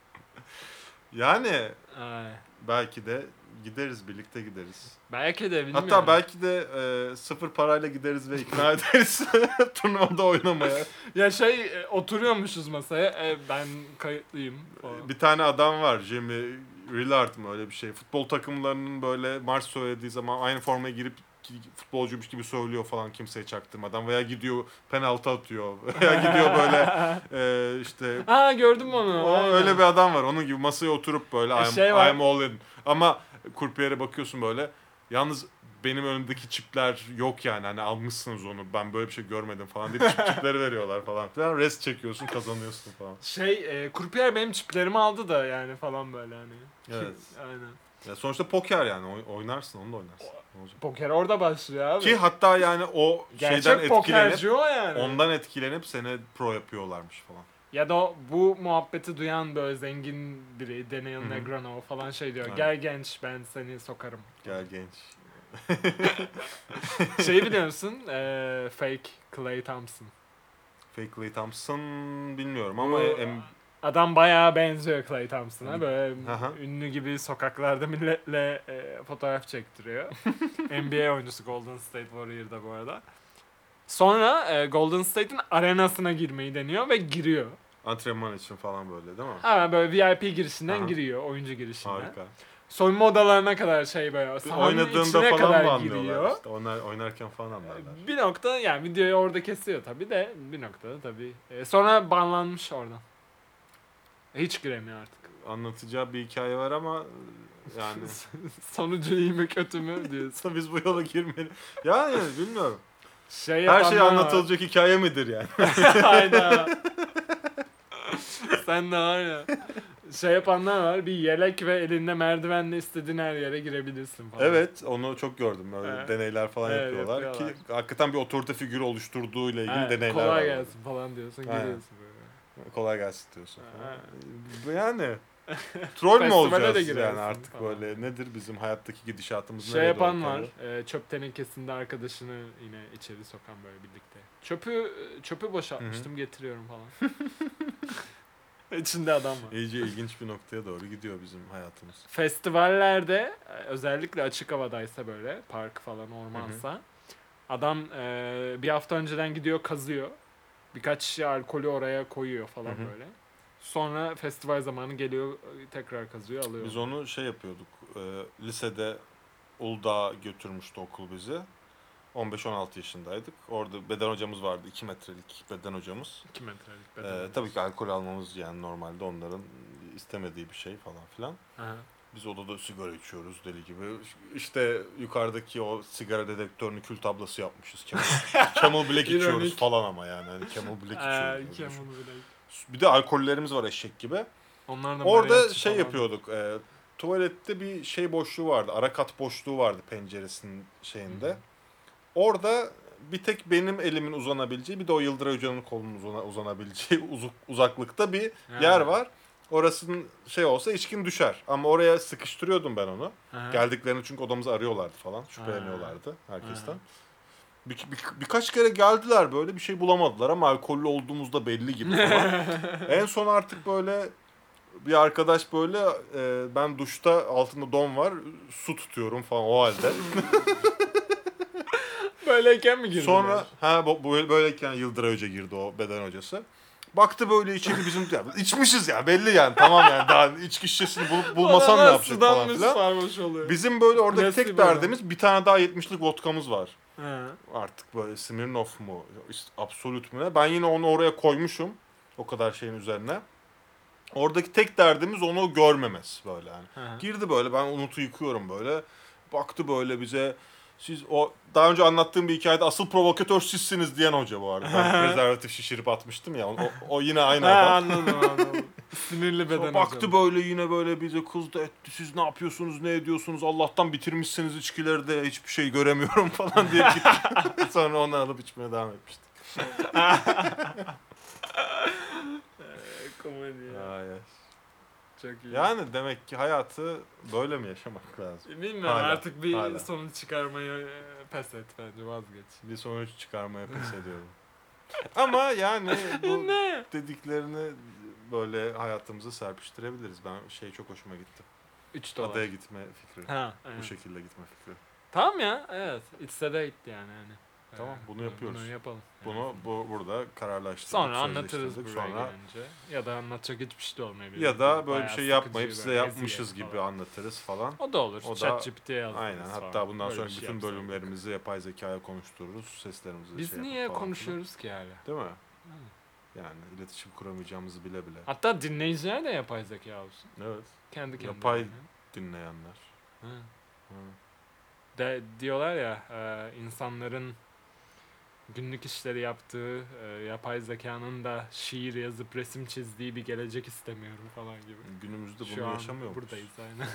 Yani Ay. belki de gideriz, birlikte gideriz. Belki de bilmiyorum. Hatta belki de sıfır parayla gideriz ve ikna ederiz turnuvada oynamaya. Ya oturuyormuşuz masaya. Ben kayıtlıyım falan. Bir tane adam var, Jimmy Rillard mı öyle bir şey. Futbol takımlarının böyle marş söylediği zaman aynı formaya girip futbolcuymuş gibi söylüyor falan kimseye çaktırmadan veya gidiyor penaltı atıyor veya gidiyor böyle işte Gördüm onu. Aynen. öyle bir adam var. Onun gibi masaya oturup böyle I'm all in. Ama kurpiyere bakıyorsun böyle. Yalnız benim önümdeki çipler yok yani. Hani almışsınız onu. Ben böyle bir şey görmedim falan diye çipleri veriyorlar falan. Falan rest çekiyorsun, kazanıyorsun falan. Kurpiyer benim çiplerimi aldı da yani falan böyle hani. Evet. Aynen. Ya sonuçta poker yani oynarsın, onu da oynarsın. Ne olacak? Poker orada başlıyor abi. Ki hatta yani o Gerçek şeyden etkilenip pokerci o yani. ondan etkilenip seni pro yapıyorlarmış falan. Ya da bu muhabbeti duyan böyle zengin biri Daniel Hı-hı. Negreanu falan diyor. Aynen. Gel genç ben seni sokarım. Gel genç. Biliyor musun? Fake Klay Thompson. Fake Klay Thompson bilmiyorum ama Adam bayağı benziyor Klay Thompson'a. Böyle Aha. ünlü gibi sokaklarda milletle fotoğraf çektiriyor. NBA oyuncusu Golden State Warrior'da bu arada. Sonra Golden State'in arenasına girmeyi deniyor ve giriyor. antrenman için falan böyle değil mi? Ha böyle VIP girişinden Aha. giriyor, oyuncu girişinden. Harika. Soyunma odalarına kadar böyle sahanın Oynadığında içine falan kadar mı anlıyorlar giriyor. işte? Oynarken falan anlarlar. Bir nokta yani videoyu orada kesiyor tabi de bir noktada tabi. Sonra banlanmış oradan. Hiç giremiyor artık. Anlatacağı bir hikaye var ama yani Sonucu iyi mi kötü mü diyorsun. biz bu yola girmeyelim. Yani bilmiyorum. Her yapanlar şey var. anlatılacak hikaye midir yani? Hayda. Sen de var ya. Yapanlar var. Bir yelek ve elinde merdivenle istediğin her yere girebilirsin falan. Evet, onu çok gördüm. Böyle deneyler falan Evet, yapıyorlar ki hakikaten bir otorite figürü oluşturduğuyla ilgili deneyler var. Kolay gelsin falan diyorsun. Aynen. Giriyorsun böyle. Kolay gelsin diyorsun Aynen. falan. Yani troll mü Festivale de olacağız girersin yani artık falan. böyle nedir bizim hayattaki gidişatımız nereye Yapan doğru var. kayıyor? Çöp tenekesinde arkadaşını yine içeri sokan böyle birlikte. Çöpü boşaltmıştım getiriyorum falan. İçinde adam var. İyice ilginç bir noktaya doğru gidiyor bizim hayatımız. Festivallerde özellikle açık havadaysa böyle park falan ormansa adam bir hafta önceden gidiyor kazıyor. Birkaç şişe alkolü oraya koyuyor falan böyle. Sonra festival zamanı geliyor tekrar kazıyor alıyor. Biz onu yapıyorduk. Lisede Uludağ'a götürmüştü okul bizi. 15-16 yaşındaydık. Orada beden hocamız vardı. 2 metrelik beden hocamız. 2 metrelik beden. Tabii ki alkol almamız yani normalde onların istemediği bir şey falan filan. Aha. Biz odada sigara içiyoruz deli gibi. İşte yukarıdaki o sigara dedektörünü kül tablası yapmışız. Camel Black içiyoruz İronik. falan ama yani. Hani Camel Black içiyoruz. Camel Black. Bir de alkollerimiz var eşek gibi. Onlar da Orada mariachi şey falan. yapıyorduk. Tuvalette bir şey boşluğu vardı. Ara kat boşluğu vardı penceresinin şeyinde. Hı. Orada bir tek benim elimin uzanabileceği, bir de o Yıldıray Hoca'nın kolunun uzanabileceği uzaklıkta bir Ha. yer var. Orasının şey olsa içkin düşer. Ama oraya sıkıştırıyordum ben onu. Aha. Geldiklerini çünkü odamızı arıyorlardı falan. Şüpheleniyorlardı herkesten. Ha. Birkaç kere geldiler böyle bir şey bulamadılar ama alkollü olduğumuz da belli gibi falan. En son artık böyle bir arkadaş böyle ben duşta altında don var su tutuyorum falan o halde. Böyleyken mi girdiler? Sonra böyleyken Yıldıray Hoca girdi o beden hocası. Baktı böyle içeri bizim ya, içmişiz ya belli yani tamam yani daha içki şişesini bulmasan ne Adamlar yapacak falan sudanmış, filan. sarhoş oluyor. Bizim böyle oradaki Nasip tek adam. derdimiz bir tane daha 70'lik vodkamız var. Ha. Artık böyle Smirnoff mu, işte Absolut mu ne? Ben yine onu oraya koymuşum o kadar şeyin üzerine. Oradaki tek derdimiz onu görmemesi böyle yani. Ha. Girdi böyle ben Umut'u yıkıyorum böyle. Baktı böyle bize siz o daha önce anlattığım bir hikayede asıl provokatör sizsiniz diyen hoca bu arada. Ben prezervatif şişirip atmıştım ya. O yine aynı adam. Anladım. Sinirli beden Sonra baktı hocam. böyle yine böyle bize kızdı etti. Siz ne yapıyorsunuz ne ediyorsunuz Allah'tan bitirmişsiniz içkileri de hiçbir şey göremiyorum falan diye gitti. Sonra onu alıp içmeye devam etmiştik. Komedi ya. Ay, ay. Çok iyi. Yani demek ki hayatı böyle mi yaşamak lazım? Bilmiyorum Hala, artık bir hala. sonuç çıkarmayı pes et bence vazgeç. Bir sonuç çıkarmaya pes ediyorum. Ama yani bu Ne? dediklerini böyle hayatımıza serpiştirebiliriz. Ben çok hoşuma gitti. 3 dolar. Adaya gitme fikri. Ha, Bu evet. şekilde gitme fikri. Tamam ya, evet. It's a date yani hani. Tamam, bunu yapıyoruz. Bunu yapalım. Bunu burada kararlaştırdık. Sonra anlatırız sözleştirdik. buraya Sonra gelince. Ya da anlatacak hiçbir şey de olmayabilir. ya da böyle bir Bayağı şey sıkıcı, yapmayıp size böyle yapmışız eziyet gibi falan. anlatırız falan. O da olur. O da- ChatGPT'ye yazdırırız Aynen. falan. Hatta bundan Böyle sonra bir şey bütün yapsaydık. bölümlerimizi yapay zekaya konuştururuz. Seslerimizi Biz şey yapıp niye falan konuşuyoruz ki hala? filan. Değil mi? Yani iletişim kuramayacağımızı bile bile. Hatta dinleyiciler de yapay zeka olsun. Evet. Kendi kendine. Yapay dinleyenler. Ha. Hı. Diyorlar ya insanların günlük işleri yaptığı yapay zekanın da şiir yazıp resim çizdiği bir gelecek istemiyorum falan gibi. Günümüzde bunu Şu an yaşamıyor muyuz? buradayız aynen.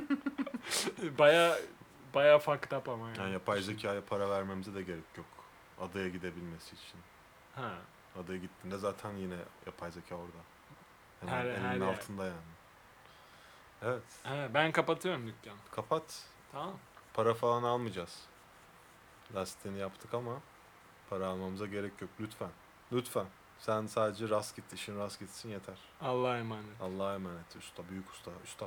Baya fucked up ama yani. Yani yapay zekaya para vermemize de gerek yok. Adaya gidebilmesi için. Ha. Adaya gittiğinde zaten yine yapay zeka orada. Hemen Her elinin yer. altında yani. Evet. Ha, ben kapatıyorum dükkanı. Kapat. Tamam. Para falan almayacağız. Lastiğini yaptık ama para almamıza gerek yok. Lütfen. Lütfen. Sen sadece rast git, işin rast gitsin yeter. Allah'a emanet. Allah'a emanet. Usta, büyük usta, üstad.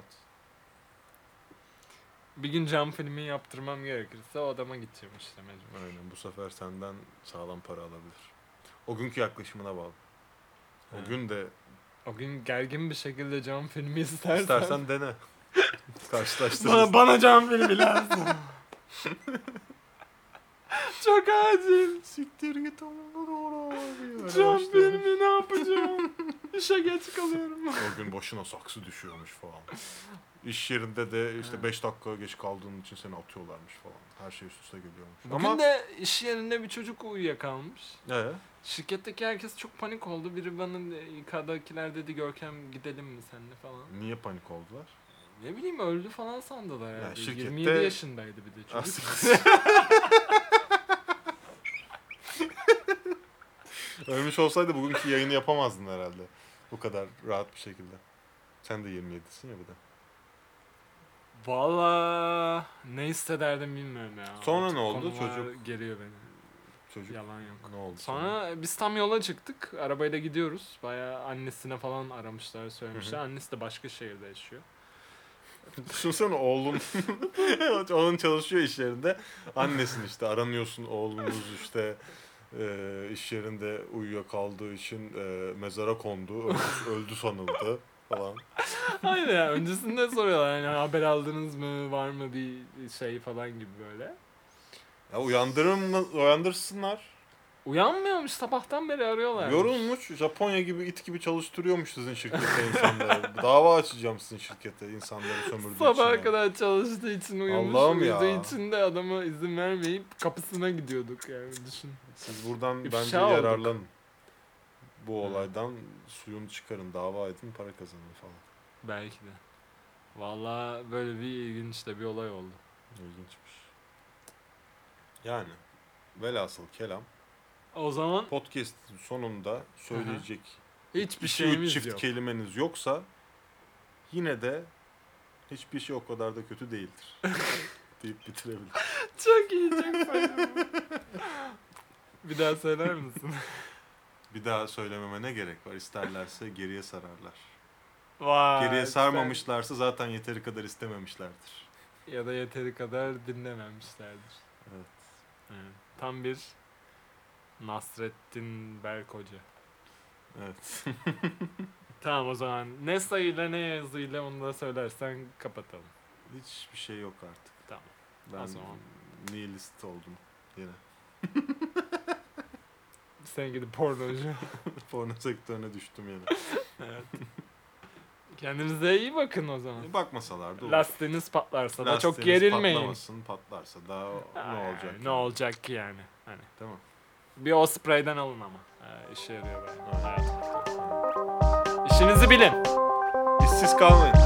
Bir gün cam filmi yaptırmam gerekirse o adama gideceğim işte mecbur. Aynen. Bu sefer senden sağlam para alabilir. O günkü yaklaşımına bağlı. O Ha. gün de O gün gergin bir şekilde cam filmi istersen. istersen dene. Karşılaştırırız. bana cam filmi lazım. Çok acil. Siktir git onunla doğru abi. Cam filmi ne yapacağım? İşe geç kalıyorum. O gün başına saksı düşüyormuş falan. İş yerinde de işte Ha. 5 dakika geç kaldığın için seni atıyorlarmış falan. Her şey üst üste geliyormuş. Bugün de iş yerinde bir çocuk uyuyakalmış. Şirketteki herkes çok panik oldu. Biri bana İK'dakiler dedi Görkem gidelim mi seninle falan. Niye panik oldular? Ne bileyim öldü falan sandılar herhalde. şirkette- 27 yaşındaydı bir de çocuk. Ölmüş olsaydı bugünkü yayını yapamazdın herhalde. Bu kadar rahat bir şekilde. Sen de 27'sin ya bir de. Valla ne hissederdim bilmiyorum ya. Sonra O tip ne oldu? konular Çocuk- geriyor beni. Çocuk Yalan yok. ne oldu? Sonra biz tam yola çıktık. Arabayla gidiyoruz. Bayağı annesine falan aramışlar, söylemişler. Annesi de başka şehirde yaşıyor. Düşünsene oğlun onun çalışıyor iş yerinde. Annesin işte aranıyorsun oğlunuz işte iş yerinde uyuyakaldığı için mezara kondu. Öldü sanıldı falan. Aynen ya. Öncesinde soruyorlar yani haber aldınız mı, var mı bir şey falan gibi böyle. Ya uyandırsınlar. Uyanmıyormuş, sabahtan beri arıyorlar. Yorulmuş, Japonya gibi it gibi çalıştırıyormuş sizin şirkette insanları. Dava açacağım sizin şirkete insanları sömürdüğü için. Sabaha ya. kadar çalıştığı için uyumuş. Allah'ım ya. Uyuduğu için de adama izin vermeyip kapısına gidiyorduk yani, düşün. Siz buradan İfşa bence olduk. yararlanın. Bu olaydan suyunu çıkarın, dava edin, para kazanın falan. Belki de. Vallahi böyle bir ilginç de bir olay oldu. İlginçmiş. Yani velhasıl kelam O zaman podcast sonunda söyleyecek hiçbir 2-3 şeyimiz çift yok. kelimeniz yoksa yine de hiçbir şey o kadar da kötü değildir. deyip bitirebiliriz. Çok iyi, çok faydalı. Bir daha söyler misin? Bir daha söylememe ne gerek var? İsterlerse geriye sararlar. Vay, Geriye sarmamışlarsa zaten yeteri kadar istememişlerdir. ya da yeteri kadar dinlememişlerdir. Evet. Evet. Tam bir Nasrettin Berk Hoca. Evet. Tamam, o zaman ne sayıyla ne yazıyla onu da söylersen kapatalım. Hiçbir şey yok artık. Tamam. Ben O zaman. nihilist oldum yine. Sen gidip pornocu. Porno sektörüne düştüm yine. Evet. Kendinize iyi bakın o zaman. Bakmasalar da olur. Lastiğiniz patlarsa da çok Lastiğiniz gerilmeyin. patlamasın, patlarsa daha ne olacak? Ne olacak ki yani? Hani Tamam. bir o spreyden alın ama. İşe yarıyor bayağı. Hayatımda. İşinizi bilin. İşsiz kalmayın.